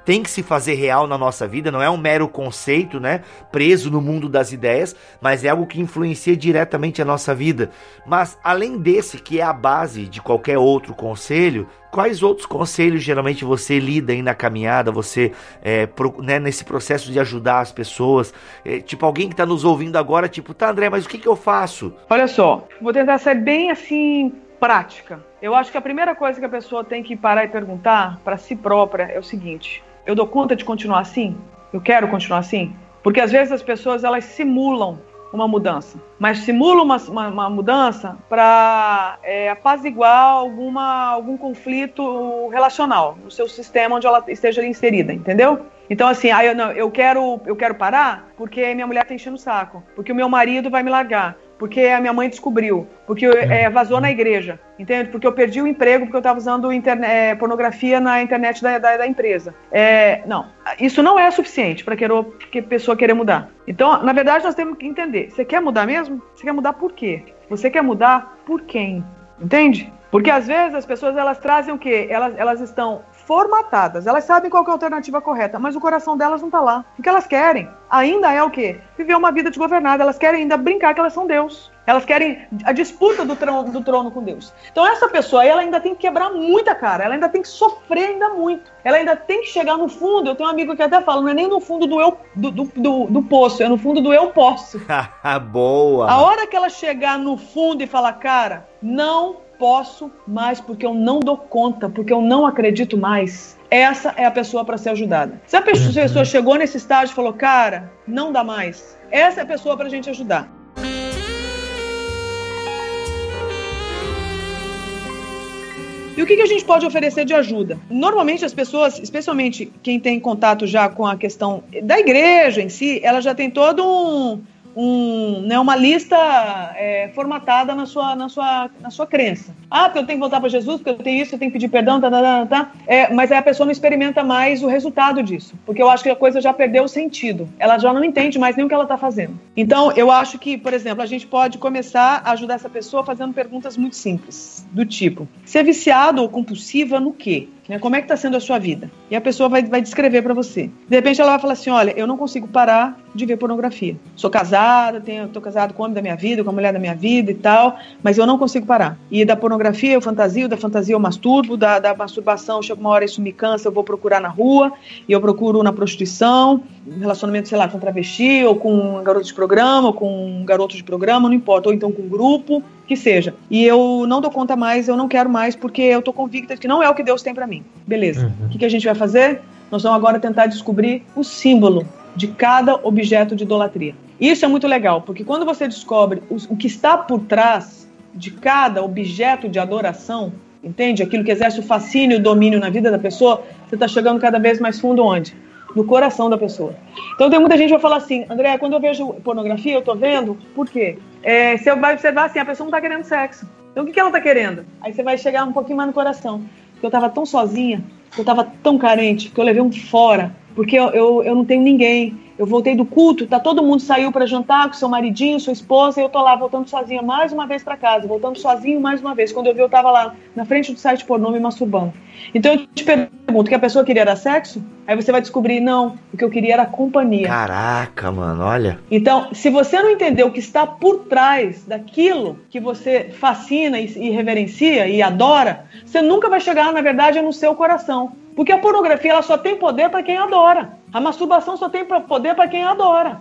tem que se fazer real na nossa vida, não é um mero conceito, né, preso no mundo das ideias, mas é algo que influencia diretamente a nossa vida. Mas além desse, que é a base de qualquer outro conselho, quais outros conselhos geralmente você lida aí na caminhada, você, né, nesse processo de ajudar as pessoas, tipo alguém que está nos ouvindo agora, tipo, tá, André, mas o que eu faço? Olha só, vou tentar ser bem assim, prática. Eu acho que a primeira coisa que a pessoa tem que parar e perguntar para si própria é o seguinte: eu dou conta de continuar assim? Eu quero continuar assim? Porque às vezes as pessoas, elas simulam uma mudança, mas simulam uma mudança para apaziguar algum conflito relacional no seu sistema onde ela esteja inserida, entendeu? Então assim, eu quero parar porque minha mulher tá enchendo o saco, porque o meu marido vai me largar, porque a minha mãe descobriu, porque vazou na igreja, entende? Porque eu perdi o emprego porque eu estava usando pornografia na internet da empresa. Não, isso não é suficiente para que a pessoa querer mudar. Então, na verdade, nós temos que entender, você quer mudar mesmo? Você quer mudar por quê? Você quer mudar por quem? Entende? Porque às vezes as pessoas, elas trazem o quê? Elas estão formatadas, elas sabem qual que é a alternativa correta, mas o coração delas não está lá. O que elas querem ainda é o quê? Viver uma vida desgovernada. Elas querem ainda brincar que elas são Deus. Elas querem a disputa do trono com Deus. Então essa pessoa aí, ela ainda tem que quebrar muita cara, ela ainda tem que sofrer ainda muito, ela ainda tem que chegar no fundo. Eu tenho um amigo que até fala, não é nem no fundo do poço, é no fundo do eu posso. Boa! A hora que ela chegar no fundo e falar, cara, não posso mais porque eu não dou conta, porque eu não acredito mais, essa é a pessoa para ser ajudada. Se a pessoa chegou nesse estágio e falou, cara, não dá mais, essa é a pessoa para a gente ajudar. E o que a gente pode oferecer de ajuda? Normalmente as pessoas, especialmente quem tem contato já com a questão da igreja em si, ela já tem todo uma lista formatada na sua crença. Porque eu tenho que voltar para Jesus, porque eu tenho isso, eu tenho que pedir perdão, mas aí a pessoa não experimenta mais o resultado disso, porque eu acho que a coisa já perdeu o sentido, ela já não entende mais nem o que ela está fazendo. Então eu acho que, por exemplo, a gente pode começar a ajudar essa pessoa fazendo perguntas muito simples, do tipo, você é viciado ou compulsiva no quê? Como é que está sendo a sua vida? E a pessoa vai descrever para você. De repente ela vai falar assim, olha, eu não consigo parar de ver pornografia. Sou casada, estou casado com o homem da minha vida, com a mulher da minha vida e tal, mas eu não consigo parar. E da pornografia eu fantasio, da fantasia eu masturbo, da masturbação chega uma hora isso me cansa, eu vou procurar na rua, e eu procuro na prostituição, relacionamento, sei lá, com travesti, ou com um garoto de programa, ou com um garoto de programa, não importa, ou então com um grupo, que seja. E eu não dou conta mais, eu não quero mais, porque eu estou convicta de que não é o que Deus tem para mim. Beleza. O que a gente vai fazer? Nós vamos agora tentar descobrir o símbolo de cada objeto de idolatria. Isso é muito legal, porque quando você descobre o que está por trás de cada objeto de adoração, entende? Aquilo que exerce o fascínio e o domínio na vida da pessoa, você está chegando cada vez mais fundo onde? No coração da pessoa. Então tem muita gente que vai falar assim, André, quando eu vejo pornografia, eu tô vendo, por quê? Você vai observar assim, a pessoa não tá querendo sexo. Então o que ela tá querendo? Aí você vai chegar um pouquinho mais no coração. Porque eu tava tão sozinha, eu tava tão carente, porque eu levei um fora, porque eu não tenho ninguém. Eu voltei do culto, todo mundo saiu para jantar com seu maridinho, sua esposa, e eu tô lá voltando sozinha mais uma vez para casa, voltando sozinho mais uma vez. Quando eu vi, eu tava lá na frente do site pornô me masturbando. Então eu te pergunto, que a pessoa queria era sexo? Aí você vai descobrir, não, o que eu queria era companhia. Caraca, mano, olha. Então, se você não entender o que está por trás daquilo que você fascina e reverencia e adora, você nunca vai chegar, na verdade, no seu coração. Porque a pornografia, ela só tem poder para quem adora. A masturbação só tem poder para quem adora.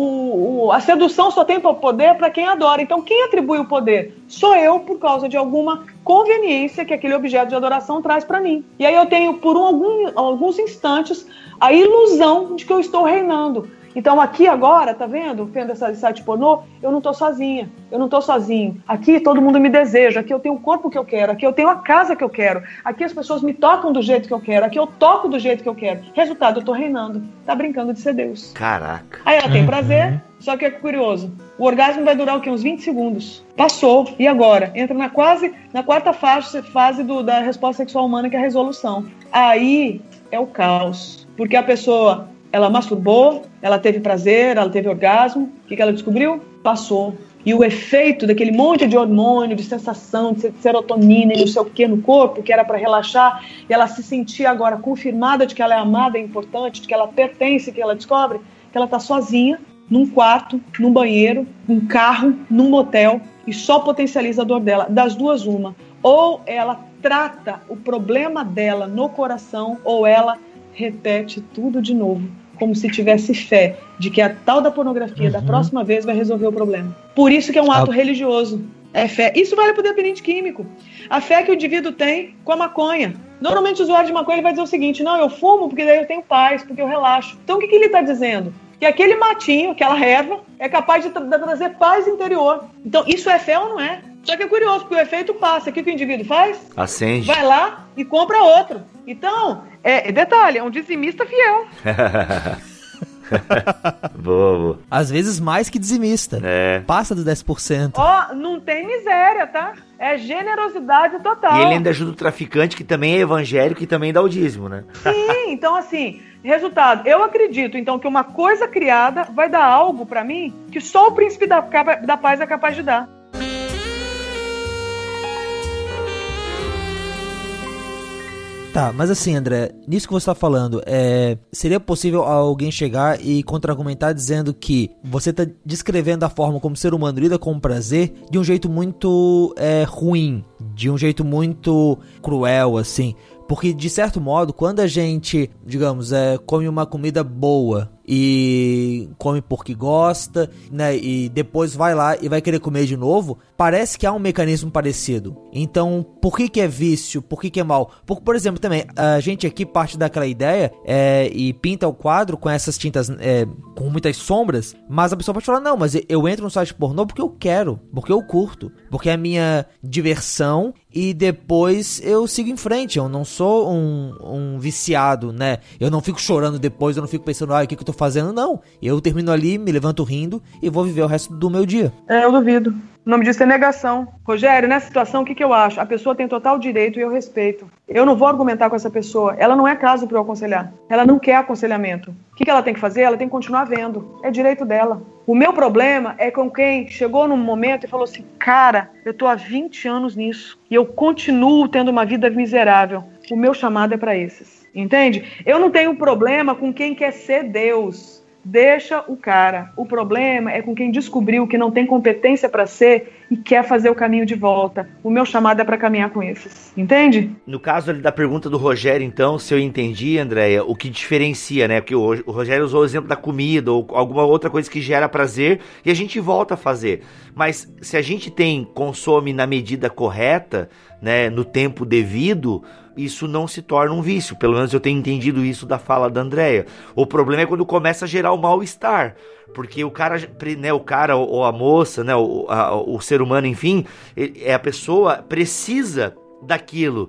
A sedução só tem poder para quem adora. Então, quem atribui o poder? Sou eu, por causa de alguma conveniência que aquele objeto de adoração traz para mim. E aí eu tenho, por alguns instantes, a ilusão de que eu estou reinando. Então aqui agora, tá vendo esse site pornô? Eu não tô sozinha, eu não tô sozinho. Aqui todo mundo me deseja, aqui eu tenho o corpo que eu quero, aqui eu tenho a casa que eu quero, aqui as pessoas me tocam do jeito que eu quero, aqui eu toco do jeito que eu quero. Resultado, eu tô reinando, tá brincando de ser Deus. Caraca. Aí ela tem prazer, só que é curioso, o orgasmo vai durar o quê? Uns 20 segundos. Passou, e agora? Entra na quarta fase da resposta sexual humana, que é a resolução. Aí é o caos, porque a pessoa... Ela masturbou, ela teve prazer, ela teve orgasmo. O que ela descobriu? Passou. e o efeito daquele monte de hormônio, de sensação, de serotonina e não sei o que no corpo, que era para relaxar, e ela se sentia agora confirmada de que ela é amada, é importante, de que ela pertence, que ela descobre que ela está sozinha, num quarto, num banheiro, num carro, num motel, e só potencializa a dor dela. Das duas, uma. Ou ela trata o problema dela no coração, ou ela repete tudo de novo, como se tivesse fé de que a tal da pornografia da próxima vez vai resolver o problema. Por isso que é um ato religioso. É fé. Isso vale para o dependente químico. A fé que o indivíduo tem com a maconha. Normalmente o usuário de maconha ele vai dizer o seguinte: não, eu fumo porque daí eu tenho paz, porque eu relaxo. Então o que ele está dizendo? Que aquele matinho, aquela erva, é capaz de trazer paz interior. Então isso é fé ou não é? Só que é curioso, porque o efeito passa. O que o indivíduo faz? Acende. Vai lá e compra outro. Então, detalhe, é um dizimista fiel. Boa. Às vezes mais que dizimista. Passa dos 10%. Não tem miséria, tá? É generosidade total. E ele ainda ajuda o traficante, que também é evangélico e também dá o dízimo, né? Sim, então assim, resultado, eu acredito então que uma coisa criada vai dar algo pra mim que só o príncipe da paz é capaz de dar. Tá, mas assim, André, nisso que você tá falando, seria possível alguém chegar e contra-argumentar dizendo que você tá descrevendo a forma como o ser humano lida com o prazer de um jeito muito ruim, de um jeito muito cruel, assim. Porque, de certo modo, quando a gente, digamos, come uma comida boa e come porque gosta, né, e depois vai lá e vai querer comer de novo, parece que há um mecanismo parecido. Então, por que é vício? Por que é mal? Porque, por exemplo, também, a gente aqui parte daquela ideia e pinta o quadro com essas tintas com muitas sombras, mas a pessoa pode falar, não, mas eu entro no site pornô porque eu quero, porque eu curto, porque é a minha diversão e depois eu sigo em frente. Eu não sou um viciado, né? Eu não fico chorando depois, eu não fico pensando, o que eu tô fazendo? Não. Eu termino ali, me levanto rindo e vou viver o resto do meu dia. Eu duvido. O nome disso é negação. Rogério, nessa situação, o que eu acho? A pessoa tem total direito e eu respeito. Eu não vou argumentar com essa pessoa. Ela não é caso para eu aconselhar. Ela não quer aconselhamento. O que ela tem que fazer? Ela tem que continuar vendo. É direito dela. O meu problema é com quem chegou num momento e falou assim, cara, eu tô há 20 anos nisso e eu continuo tendo uma vida miserável. O meu chamado é para esses. Entende? Eu não tenho problema com quem quer ser Deus. Deixa o cara. O problema é com quem descobriu que não tem competência para ser e quer fazer o caminho de volta. O meu chamado é para caminhar com esses. Entende? No caso ali da pergunta do Rogério, então, se eu entendi, Andréia, o que diferencia, né? Porque o Rogério usou o exemplo da comida ou alguma outra coisa que gera prazer e a gente volta a fazer. Mas se a gente consome na medida correta, né, no tempo devido, isso não se torna um vício. Pelo menos eu tenho entendido isso da fala da Andréia. O problema é quando começa a gerar o mal-estar, porque o cara, né, ou a moça, né, o ser humano, enfim, a pessoa precisa daquilo.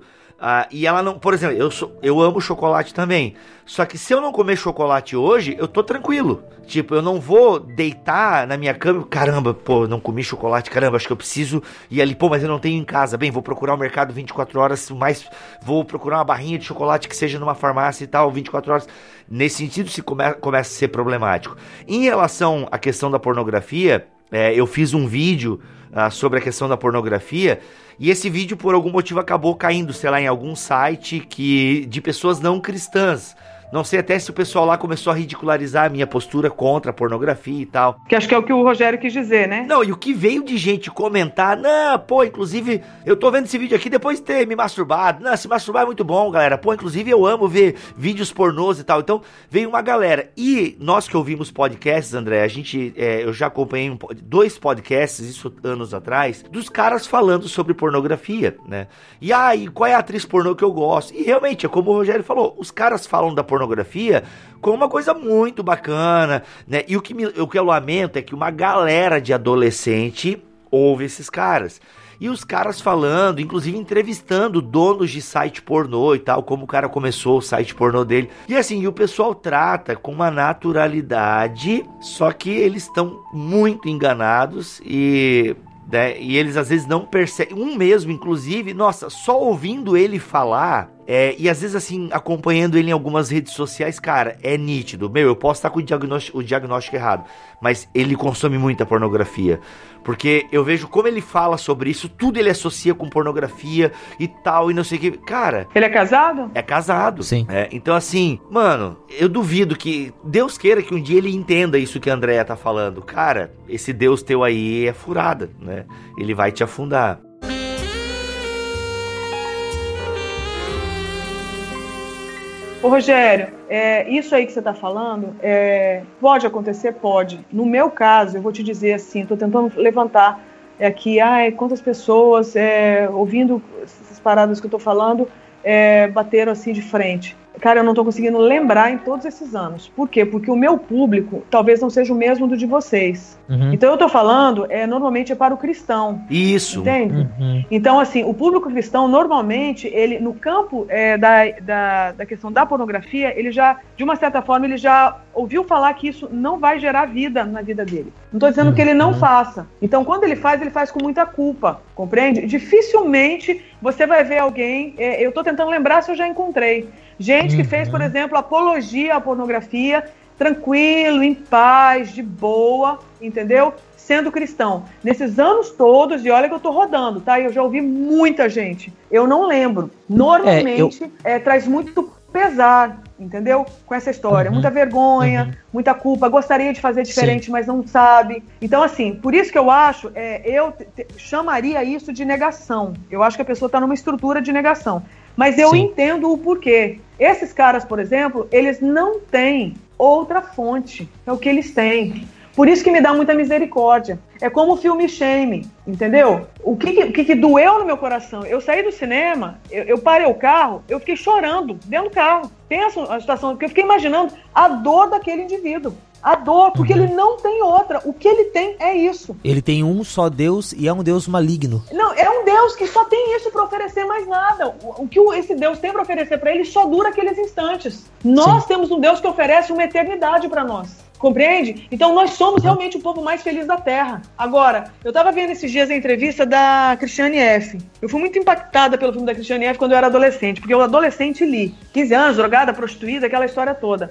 E ela não, por exemplo, eu amo chocolate também. Só que se eu não comer chocolate hoje, eu tô tranquilo. Tipo, eu não vou deitar na minha cama, caramba, não comi chocolate, caramba, acho que eu preciso ir ali, mas eu não tenho em casa. Bem, vou procurar o mercado 24 horas, vou procurar uma barrinha de chocolate que seja numa farmácia e tal, 24 horas. Nesse sentido, começa a ser problemático. Em relação à questão da pornografia, eu fiz um vídeo sobre a questão da pornografia, e esse vídeo por algum motivo acabou caindo, sei lá, em algum site de pessoas não cristãs. Não sei até se o pessoal lá começou a ridicularizar a minha postura contra a pornografia e tal. Que acho que é o que o Rogério quis dizer, né? Não, e o que veio de gente comentar, inclusive, eu tô vendo esse vídeo aqui depois de ter me masturbado. Se masturbar é muito bom, galera. Inclusive eu amo ver vídeos pornôs e tal. Então, veio uma galera. E nós que ouvimos podcasts, André, eu já acompanhei 2 podcasts, isso anos atrás, dos caras falando sobre pornografia, né? E qual é a atriz pornô que eu gosto? E realmente, é como o Rogério falou, os caras falam da pornografia como uma coisa muito bacana, né? E o que eu lamento é que uma galera de adolescente ouve esses caras. E os caras falando, inclusive entrevistando donos de site pornô e tal, como o cara começou o site pornô dele. E assim, o pessoal trata com uma naturalidade, só que eles estão muito enganados e eles às vezes não percebem. Um mesmo, inclusive, nossa, só ouvindo ele falar, E às vezes, assim, acompanhando ele em algumas redes sociais, cara, é nítido. Eu posso estar com o diagnóstico errado, mas ele consome muita pornografia. Porque eu vejo como ele fala sobre isso, tudo ele associa com pornografia e tal, e não sei o que. Cara... Ele é casado? É casado. Sim. Então, assim, mano, eu duvido que... Deus queira que um dia ele entenda isso que a Andréia tá falando. Cara, esse Deus teu aí é furada, né? Ele vai te afundar. Ô Rogério, isso aí que você está falando, pode acontecer? Pode. No meu caso, eu vou te dizer assim, estou tentando levantar aqui, quantas pessoas, ouvindo essas paradas que eu estou falando, bateram assim de frente. Cara, eu não estou conseguindo lembrar em todos esses anos. Por quê? Porque o meu público talvez não seja o mesmo do de vocês. Uhum. Então eu estou falando, normalmente é para o cristão. Isso. Entende? Uhum. Então, assim, o público cristão, normalmente, ele, no campo da questão da pornografia, ele já, de uma certa forma, ele já ouviu falar que isso não vai gerar vida na vida dele. Não estou dizendo que ele não faça. Então, quando ele faz com muita culpa. Compreende? Dificilmente você vai ver alguém... eu estou tentando lembrar se eu já encontrei. Gente que fez, por exemplo, apologia à pornografia, tranquilo, em paz, de boa, entendeu? Sendo cristão. Nesses anos todos, e olha que eu tô rodando, tá? Eu já ouvi muita gente. Eu não lembro. Normalmente, traz muito pesar, entendeu? Com essa história. Muita vergonha, muita culpa. Gostaria de fazer diferente, mas não sabe. Então, assim, por isso que eu acho, eu chamaria isso de negação. Eu acho que a pessoa tá numa estrutura de negação. Mas eu entendo o porquê. Esses caras, por exemplo, eles não têm outra fonte. É o que eles têm. Por isso que me dá muita misericórdia. É como o filme Shame, entendeu? O que doeu no meu coração? Eu saí do cinema, eu parei o carro, eu fiquei chorando dentro do carro. Pensa a situação, porque eu fiquei imaginando a dor daquele indivíduo. A dor, porque ele não tem outra. O que ele tem é isso. Ele tem um só Deus e é um Deus maligno. Não, é um Deus que só tem isso para oferecer, mais nada. O que esse Deus tem para oferecer para ele só dura aqueles instantes. Nós temos um Deus que oferece uma eternidade para nós. Compreende? Então nós somos realmente o povo mais feliz da Terra. Agora, eu estava vendo esses dias a entrevista da Christiane F. Eu fui muito impactada pelo filme da Christiane F. quando eu era adolescente, porque eu adolescente li. 15 anos, drogada, prostituída, aquela história toda.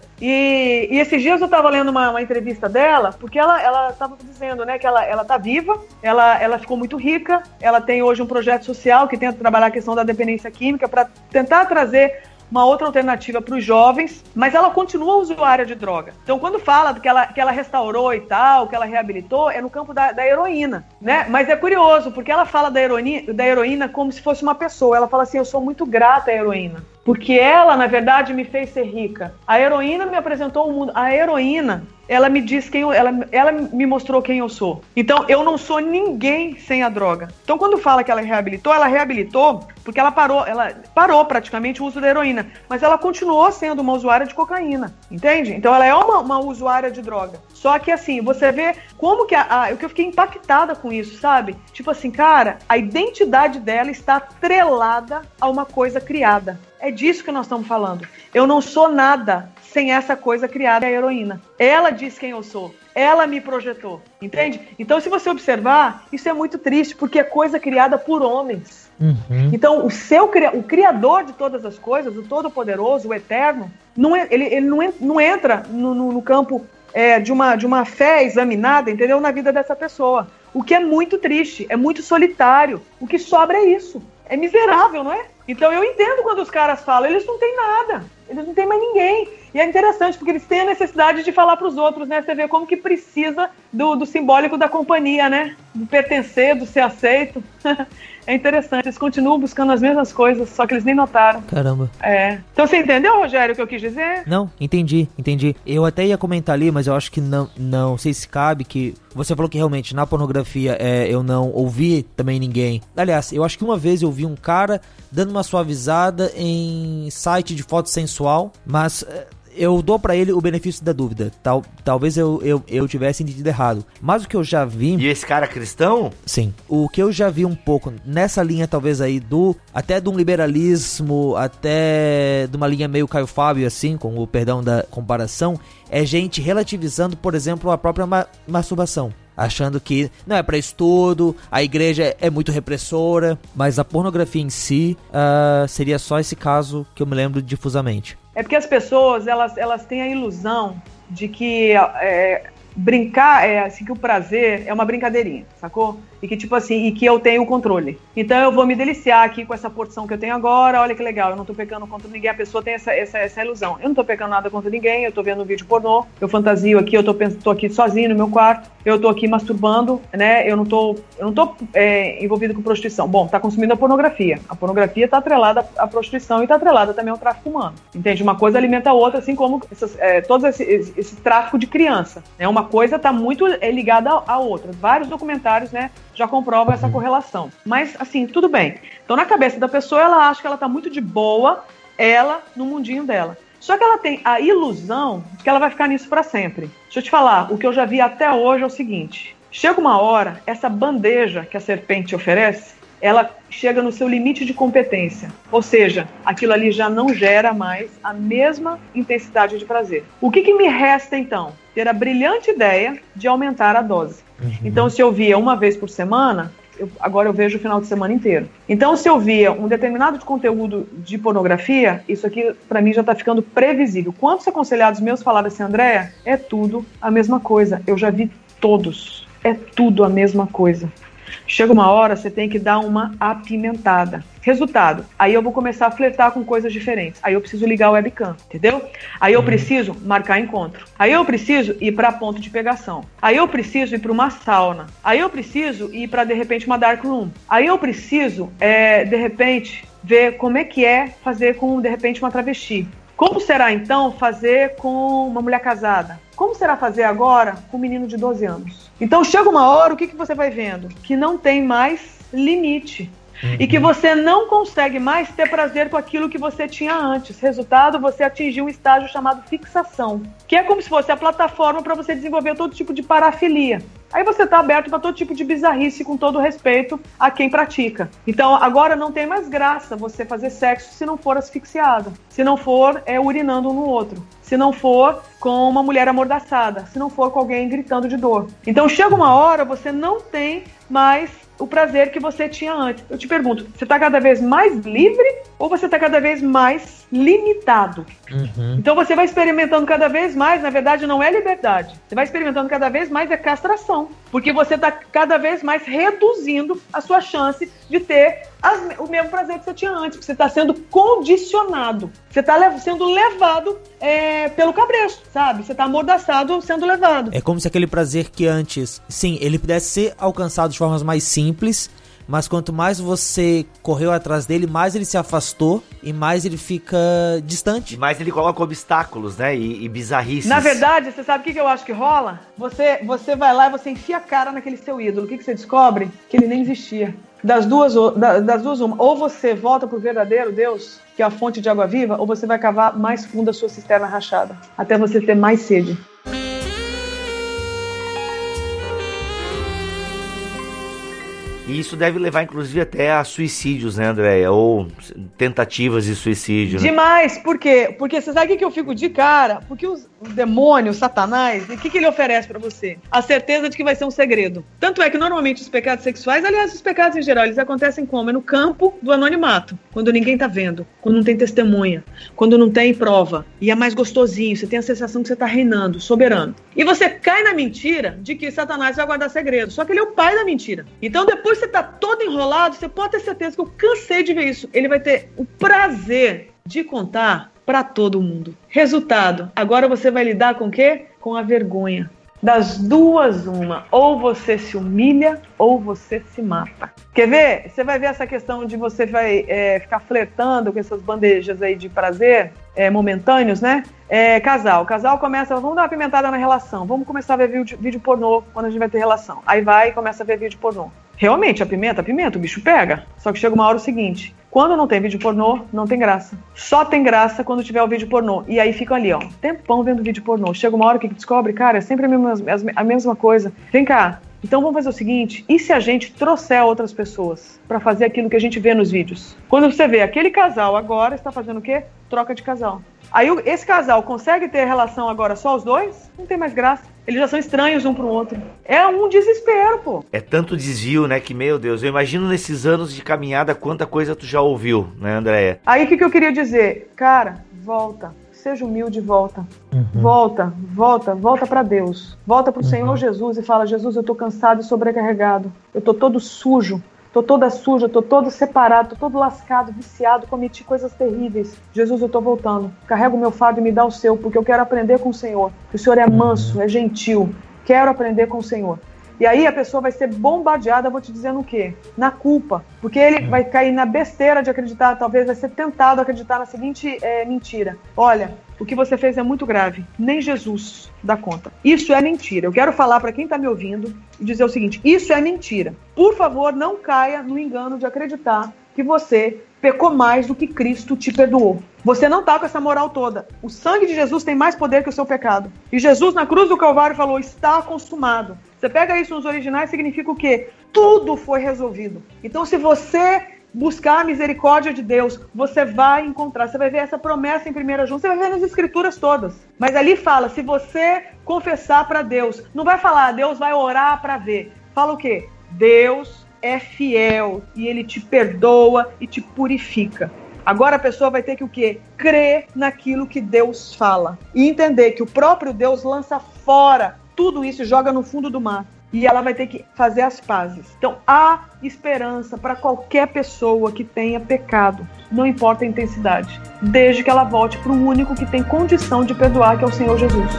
E esses dias eu estava lendo uma entrevista dela, porque ela estava dizendo, né, que ela tá viva, ela ficou muito rica, ela tem hoje um projeto social que tenta trabalhar a questão da dependência química para tentar trazer uma outra alternativa para os jovens, mas ela continua usuária de droga. Então, quando fala que ela restaurou e tal, que ela reabilitou, é no campo da heroína, né? Mas é curioso, porque ela fala da heroína como se fosse uma pessoa. Ela fala assim, eu sou muito grata à heroína, porque ela, na verdade, me fez ser rica. A heroína me apresentou o mundo. A heroína, ela me diz ela me mostrou quem eu sou. Então, eu não sou ninguém sem a droga. Então, quando fala que ela reabilitou porque ela parou praticamente o uso da heroína, mas ela continuou sendo uma usuária de cocaína, entende? Então, ela é uma usuária de droga. Só que, assim, você vê como que eu fiquei impactada com isso, sabe? Tipo assim, cara, a identidade dela está atrelada a uma coisa criada. É disso que nós estamos falando. Eu não sou nada sem essa coisa criada, a heroína. Ela diz quem eu sou. Ela me projetou, entende? Então, se você observar, isso é muito triste, porque é coisa criada por homens. Então, o criador de todas as coisas, o todo-poderoso, o eterno, ele não entra no campo de uma fé examinada, entendeu? Na vida dessa pessoa. O que é muito triste, é muito solitário. O que sobra é isso. É miserável, não é? Então eu entendo quando os caras falam, eles não têm nada, eles não têm mais ninguém. E é interessante, porque eles têm a necessidade de falar para os outros, né? Você vê como que precisa do simbólico da companhia, né? Do pertencer, do ser aceito. É interessante, eles continuam buscando as mesmas coisas, só que eles nem notaram. Caramba. Então você entendeu, Rogério, o que eu quis dizer? Não, entendi. Eu até ia comentar ali, mas eu acho que não sei se cabe, que você falou que realmente na pornografia eu não ouvi também ninguém. Aliás, eu acho que uma vez eu vi um cara dando uma suavizada em site de foto sensual, mas eu dou pra ele o benefício da dúvida. Talvez eu tivesse entendido errado. Mas o que eu já vi... E esse cara cristão? Sim. O que eu já vi um pouco nessa linha, talvez aí, até de um liberalismo, até de uma linha meio Caio Fábio, assim, com o perdão da comparação, é gente relativizando, por exemplo, a própria masturbação. achando que não é pra estudo, a igreja é muito repressora, mas a pornografia em si seria só esse caso que eu me lembro difusamente. É porque as pessoas, elas têm a ilusão de que brincar, assim, que o prazer é uma brincadeirinha, sacou? E que, tipo assim, e que eu tenho o controle. Então eu vou me deliciar aqui com essa porção que eu tenho agora, olha que legal, eu não tô pecando contra ninguém, a pessoa tem essa ilusão. Eu não tô pecando nada contra ninguém, eu tô vendo um vídeo pornô, eu fantasio aqui, eu tô aqui sozinho no meu quarto, eu tô aqui masturbando, né, eu não tô envolvido com prostituição. Bom, tá consumindo a pornografia tá atrelada à prostituição e tá atrelada também ao tráfico humano, entende? Uma coisa alimenta a outra, assim como todo esse tráfico de criança, né? Uma coisa tá muito ligada à outra. Vários documentários, né, já comprovam essa correlação. Mas, assim, tudo bem. Então, na cabeça da pessoa, ela acha que ela tá muito de boa, ela, no mundinho dela. Só que ela tem a ilusão de que ela vai ficar nisso pra sempre. Deixa eu te falar, o que eu já vi até hoje é o seguinte. Chega uma hora, essa bandeja que a serpente oferece, ela chega no seu limite de competência. Ou seja, aquilo ali já não gera mais a mesma intensidade de prazer. O que me resta, então? Ter a brilhante ideia de aumentar a dose. Então, se eu via uma vez por semana, agora eu vejo o final de semana inteiro. Então, se eu via um determinado conteúdo de pornografia, isso aqui, pra mim, já tá ficando previsível. Quantos aconselhados meus falaram assim, Andréa, é tudo a mesma coisa. Eu já vi todos. É tudo a mesma coisa. Chega uma hora, você tem que dar uma apimentada. Resultado, aí eu vou começar a flertar com coisas diferentes. Aí eu preciso ligar o webcam, entendeu? Aí eu preciso marcar encontro. Aí eu preciso ir para ponto de pegação. Aí eu preciso ir para uma sauna. Aí eu preciso ir para, de repente, uma dark room. Aí eu preciso, de repente, ver como é que é fazer com, de repente, uma travesti. Como será, então, fazer com uma mulher casada? Como será fazer agora com um menino de 12 anos? Então, chega uma hora, o que você vai vendo? Que não tem mais limite. E que você não consegue mais ter prazer com aquilo que você tinha antes. Resultado, você atingiu um estágio chamado fixação, que é como se fosse a plataforma para você desenvolver todo tipo de parafilia. Aí você está aberto para todo tipo de bizarrice, com todo respeito a quem pratica. Então, agora não tem mais graça você fazer sexo se não for asfixiado, se não for urinando um no outro, se não for com uma mulher amordaçada, se não for com alguém gritando de dor. Então, chega uma hora, você não tem mais o prazer que você tinha antes. Eu te pergunto, você está cada vez mais livre ou você está cada vez mais limitado? Então você vai experimentando cada vez mais, na verdade não é liberdade, você vai experimentando cada vez mais castração, porque você está cada vez mais reduzindo a sua chance de ter o mesmo prazer que você tinha antes, porque você está sendo condicionado, você está sendo levado pelo cabresto, sabe? Você está amordaçado sendo levado. É como se aquele prazer que antes, sim, ele pudesse ser alcançado de formas mais simples, mas quanto mais você correu atrás dele, mais ele se afastou e mais ele fica distante. E mais ele coloca obstáculos, né? E bizarrices. Na verdade, você sabe o que eu acho que rola? Você vai lá e você enfia a cara naquele seu ídolo. O que você descobre? Que ele nem existia. Das duas uma. Ou você volta pro verdadeiro Deus, que é a fonte de água viva, ou você vai cavar mais fundo a sua cisterna rachada, até você ter mais sede. E isso deve levar, inclusive, até a suicídios, né, Andréia? Ou tentativas de suicídio, né? Demais! Por quê? Porque você sabe o que eu fico de cara? Porque o demônio, o Satanás, o que ele oferece pra você? A certeza de que vai ser um segredo. Tanto é que, normalmente, os pecados sexuais, aliás, os pecados em geral, eles acontecem como? É no campo do anonimato. Quando ninguém tá vendo. Quando não tem testemunha. Quando não tem prova. E é mais gostosinho. Você tem a sensação que você tá reinando, soberano. E você cai na mentira de que Satanás vai guardar segredo. Só que ele é o pai da mentira. Então, depois você tá todo enrolado, você pode ter certeza que eu cansei de ver isso. Ele vai ter o prazer de contar para todo mundo. Resultado, agora você vai lidar com o quê? Com a vergonha. Das duas, uma. Ou você se humilha, ou você se mata. Quer ver? Você vai ver essa questão de você vai ficar flertando com essas bandejas aí de prazer momentâneos, né? Casal começa, vamos dar uma pimentada na relação, vamos começar a ver vídeo pornô quando a gente vai ter relação. Aí vai e começa a ver vídeo pornô. Realmente, a pimenta, o bicho pega. Só que chega uma hora o seguinte, quando não tem vídeo pornô, não tem graça. Só tem graça quando tiver o vídeo pornô. E aí ficam ali, ó, tempão vendo vídeo pornô. Chega uma hora que descobre, cara, é sempre a mesma coisa. Vem cá, então vamos fazer o seguinte, e se a gente trouxer outras pessoas para fazer aquilo que a gente vê nos vídeos? Quando você vê aquele casal agora, está fazendo o quê? Troca de casal. Aí esse casal consegue ter relação agora só os dois? Não tem mais graça. Eles já são estranhos um pro outro. É um desespero, pô. É tanto desvio, né, que, meu Deus, eu imagino nesses anos de caminhada quanta coisa tu já ouviu, né, Andréia? Aí o que eu queria dizer? Cara, volta. Seja humilde e volta. Volta para Deus. Volta pro Senhor Jesus e fala: Jesus, eu tô cansado e sobrecarregado. Eu tô todo sujo. Tô toda suja, tô todo separado, tô todo lascado, viciado, cometi coisas terríveis. Jesus, eu tô voltando. Carrega o meu fardo e me dá o seu, porque eu quero aprender com o Senhor. O Senhor é manso, é gentil. Quero aprender com o Senhor. E aí a pessoa vai ser bombardeada, vou te dizer no quê? Na culpa. Porque ele vai cair na besteira de acreditar, talvez vai ser tentado a acreditar na seguinte mentira. Olha, o que você fez é muito grave. Nem Jesus dá conta. Isso é mentira. Eu quero falar para quem está me ouvindo e dizer o seguinte: isso é mentira. Por favor, não caia no engano de acreditar que você pecou mais do que Cristo te perdoou. Você não está com essa moral toda. O sangue de Jesus tem mais poder que o seu pecado. E Jesus na cruz do Calvário falou: está consumado. Você pega isso nos originais, significa o quê? Tudo foi resolvido. Então, se você buscar a misericórdia de Deus, você vai encontrar. Você vai ver essa promessa em 1 João. Você vai ver nas escrituras todas. Mas ali fala: se você confessar para Deus, não vai falar Deus vai orar para ver. Fala o quê? Deus é fiel e Ele te perdoa e te purifica. Agora a pessoa vai ter que o quê? Crer naquilo que Deus fala. E entender que o próprio Deus lança fora tudo isso e joga no fundo do mar. E ela vai ter que fazer as pazes. Então há esperança para qualquer pessoa que tenha pecado. Não importa a intensidade. Desde que ela volte para o único que tem condição de perdoar, que é o Senhor Jesus.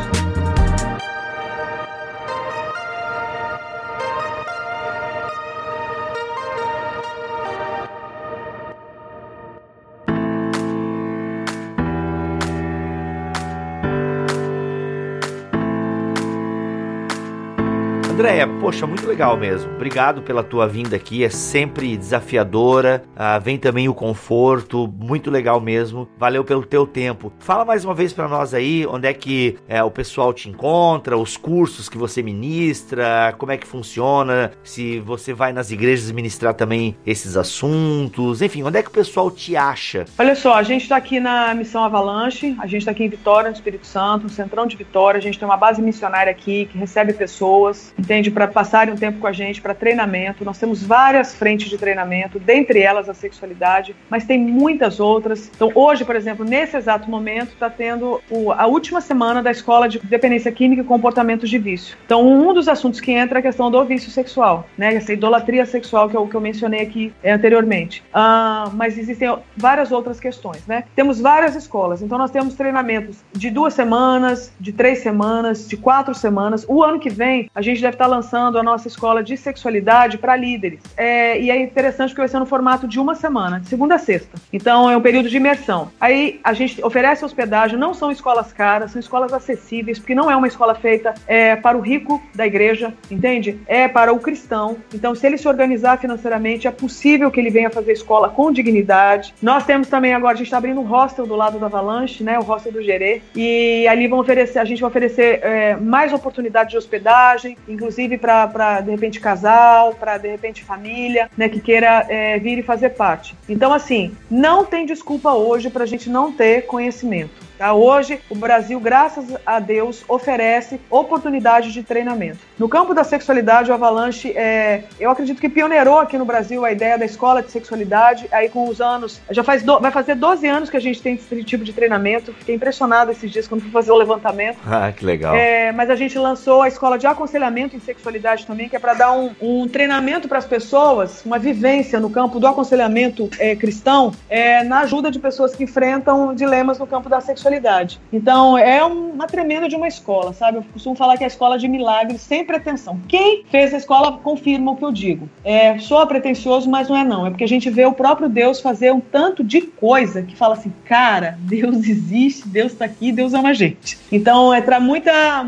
Andréia, poxa, muito legal mesmo. Obrigado pela tua vinda aqui, é sempre desafiadora, vem também o conforto, muito legal mesmo. Valeu pelo teu tempo. Fala mais uma vez pra nós aí, onde é que o pessoal te encontra, os cursos que você ministra, como é que funciona, se você vai nas igrejas ministrar também esses assuntos, enfim, onde é que o pessoal te acha? Olha só, a gente tá aqui na Missão Avalanche, a gente tá aqui em Vitória, no Espírito Santo, no Centrão de Vitória, a gente tem uma base missionária aqui que recebe pessoas, entende, para passarem um tempo com a gente, para treinamento. Nós temos várias frentes de treinamento, dentre elas a sexualidade, mas tem muitas outras. Então hoje, por exemplo, nesse exato momento, está tendo a última semana da Escola de Dependência Química e Comportamentos de Vício. Então um dos assuntos que entra é a questão do vício sexual, né? Essa idolatria sexual que eu mencionei aqui anteriormente. Mas existem várias outras questões, né? Temos várias escolas, então nós temos treinamentos de 2 semanas, de 3 semanas, de 4 semanas. O ano que vem, a gente deve estar lançando a nossa escola de sexualidade para líderes. E é interessante porque vai ser no formato de 1 semana, de segunda a sexta. Então é um período de imersão. Aí a gente oferece hospedagem, não são escolas caras, são escolas acessíveis, porque não é uma escola feita para o rico da igreja, entende? É para o cristão. Então, se ele se organizar financeiramente, é possível que ele venha fazer escola com dignidade. Nós temos também agora, a gente está abrindo um hostel do lado da Avalanche, né? O hostel do Gerê. E ali a gente vai oferecer mais oportunidade de hospedagem, inclusive para de repente casal, para de repente família, né, que queira vir e fazer parte. Então, assim, não tem desculpa hoje para a gente não ter conhecimento. Tá? Hoje, o Brasil, graças a Deus, oferece oportunidade de treinamento. No campo da sexualidade, o Avalanche, eu acredito que pioneirou aqui no Brasil a ideia da escola de sexualidade. Aí, com os anos, vai fazer 12 anos que a gente tem esse tipo de treinamento. Fiquei impressionado esses dias quando fui fazer o levantamento. Ah, que legal. Mas a gente lançou a escola de aconselhamento em sexualidade também, que é para dar um treinamento para as pessoas, uma vivência no campo do aconselhamento cristão, na ajuda de pessoas que enfrentam dilemas no campo da sexualidade. Então, é uma tremenda de uma escola, sabe? Eu costumo falar que é a escola de milagres, sem pretensão. Quem fez a escola confirma o que eu digo. Soa pretensioso, mas não é não. É porque a gente vê o próprio Deus fazer um tanto de coisa que fala assim, cara, Deus existe, Deus tá aqui, Deus ama a gente. Então, traz muito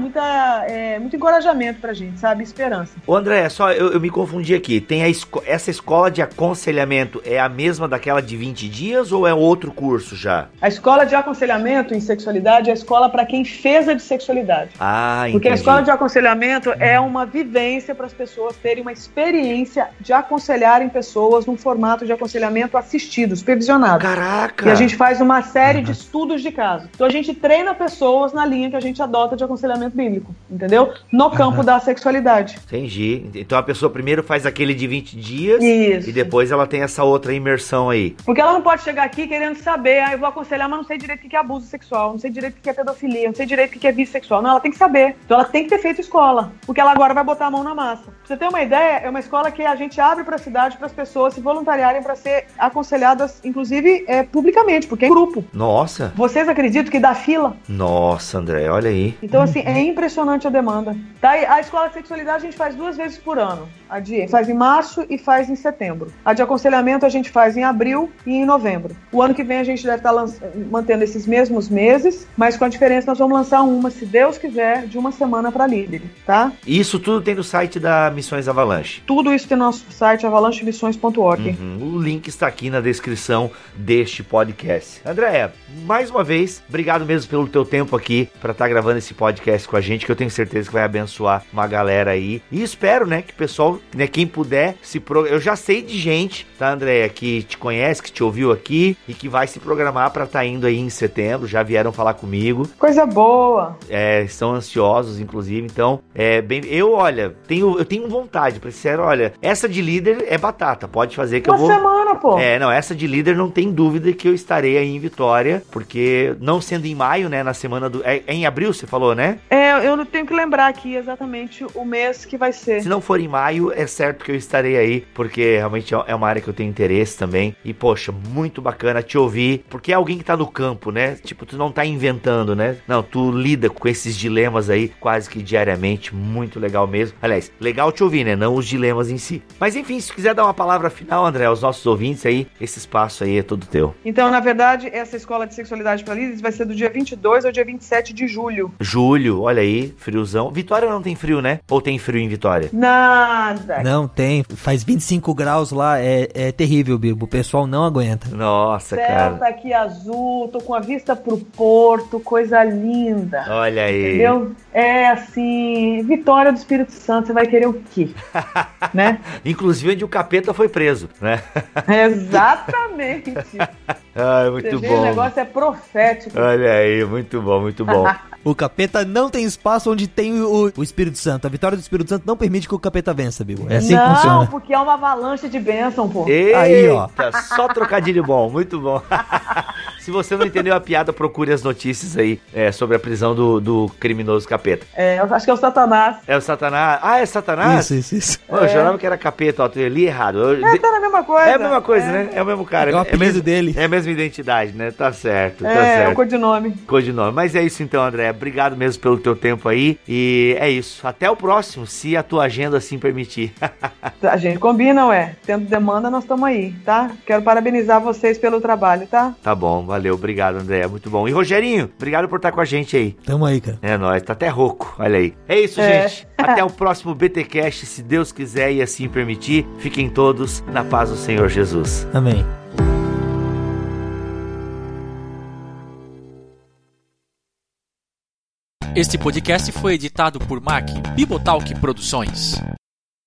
encorajamento pra gente, sabe? Esperança. Ô André, só eu me confundi aqui. Tem essa escola de aconselhamento, é a mesma daquela de 20 dias ou é outro curso já? A escola de aconselhamento aconselhamento em sexualidade é a escola para quem fez a de sexualidade. Ah, entendi. Porque a escola de aconselhamento é uma vivência para as pessoas terem uma experiência de aconselharem pessoas num formato de aconselhamento assistido, supervisionado. Caraca! E a gente faz uma série de estudos de caso. Então a gente treina pessoas na linha que a gente adota de aconselhamento bíblico, entendeu? No campo da sexualidade. Entendi. Então a pessoa primeiro faz aquele de 20 dias Isso. e depois ela tem essa outra imersão aí. Porque ela não pode chegar aqui querendo saber, eu vou aconselhar, mas não sei direito o que é abuso sexual, não sei direito o que é pedofilia, não sei direito o que é vício sexual. Não, ela tem que saber. Então ela tem que ter feito escola, porque ela agora vai botar a mão na massa. Pra você ter uma ideia, é uma escola que a gente abre para a cidade para as pessoas se voluntariarem para ser aconselhadas, inclusive publicamente, porque é grupo. Nossa! Vocês acreditam que dá fila? Nossa, André, olha aí. Então, assim, é impressionante a demanda. Tá? A escola de sexualidade a gente faz 2 vezes por ano. Faz em março e faz em setembro. A de aconselhamento a gente faz em abril e em novembro. O ano que vem a gente deve estar mantendo esses mesmos meses, mas com a diferença nós vamos lançar uma, se Deus quiser, de uma semana para líderes, tá? Isso tudo tem no site da Missões Avalanche. Tudo isso tem no nosso site, avalanchemissões.org. O link está aqui na descrição deste podcast. Andréia, mais uma vez, obrigado mesmo pelo teu tempo aqui para estar gravando esse podcast com a gente, que eu tenho certeza que vai abençoar uma galera aí. E espero, né, que o pessoal, né, quem puder, eu já sei de gente, tá, Andréia, que te conhece, que te ouviu aqui e que vai se programar para estar indo aí em setembro, já vieram falar comigo. Coisa boa! Estão ansiosos, inclusive, então, eu tenho vontade, pra ser sincero, olha, essa de líder é batata, pode fazer que eu vou... Uma semana, pô! Essa de líder não tem dúvida que eu estarei aí em Vitória, porque não sendo em maio, né, na semana do... É em abril, você falou, né? Eu não tenho que lembrar aqui exatamente o mês que vai ser. Se não for em maio, é certo que eu estarei aí, porque realmente é uma área que eu tenho interesse também, e poxa, muito bacana te ouvir, porque é alguém que tá no campo, né? Tipo, tu não tá inventando, né? Não, tu lida com esses dilemas aí quase que diariamente, muito legal mesmo. Aliás, legal te ouvir, né? Não os dilemas em si. Mas enfim, se tu quiser dar uma palavra final, André, aos nossos ouvintes aí, esse espaço aí é todo teu. Então, na verdade, essa escola de sexualidade para líderes vai ser do dia 22 ao dia 27 de julho. Julho, olha aí, friozão. Vitória não tem frio, né? Ou tem frio em Vitória? Nada. Não tem, faz 25 graus lá, é terrível, Bibo, o pessoal não aguenta. Nossa, céu cara. Tá aqui azul, tô com a vista pro porto, coisa linda. Olha aí. Entendeu? É assim, Vitória do Espírito Santo, você vai querer o quê? Né? Inclusive onde o capeta foi preso, né? Exatamente. Ai, muito bom. O negócio é profético. Olha aí, muito bom, muito bom. O capeta não tem espaço onde tem o Espírito Santo. A vitória do Espírito Santo não permite que o capeta vença, Bibo. É assim que funciona. Não, porque é uma avalanche de bênção, pô. Eita, aí, ó. Só trocadilho bom, muito bom. Se você não entendeu a piada, procure as notícias aí sobre a prisão do criminoso capeta. Eu acho que é o Satanás. É o Satanás? Ah, é Satanás? Isso. Pô, eu jurava que era capeta, ó, eu li errado. Tá na mesma coisa. É a mesma coisa, né? É o mesmo cara. É o apelido dele. É a mesma identidade, né? Tá certo, tá certo. certo. É o codinome. Codinome. Mas é isso então, André. Obrigado mesmo pelo teu tempo aí. E é isso. Até o próximo, se a tua agenda assim permitir. A gente combina, ué. Tendo demanda, nós estamos aí, tá? Quero parabenizar vocês pelo trabalho, tá? Tá bom, valeu. Obrigado, André. Muito bom. E Rogerinho, obrigado por estar com a gente aí. Tamo aí, cara. É nóis. Tá até rouco. Olha aí. É isso, gente. Até o próximo BTcast, se Deus quiser e assim permitir. Fiquem todos na paz do Senhor Jesus. Amém. Este podcast foi editado por Mac Bibotalk Produções.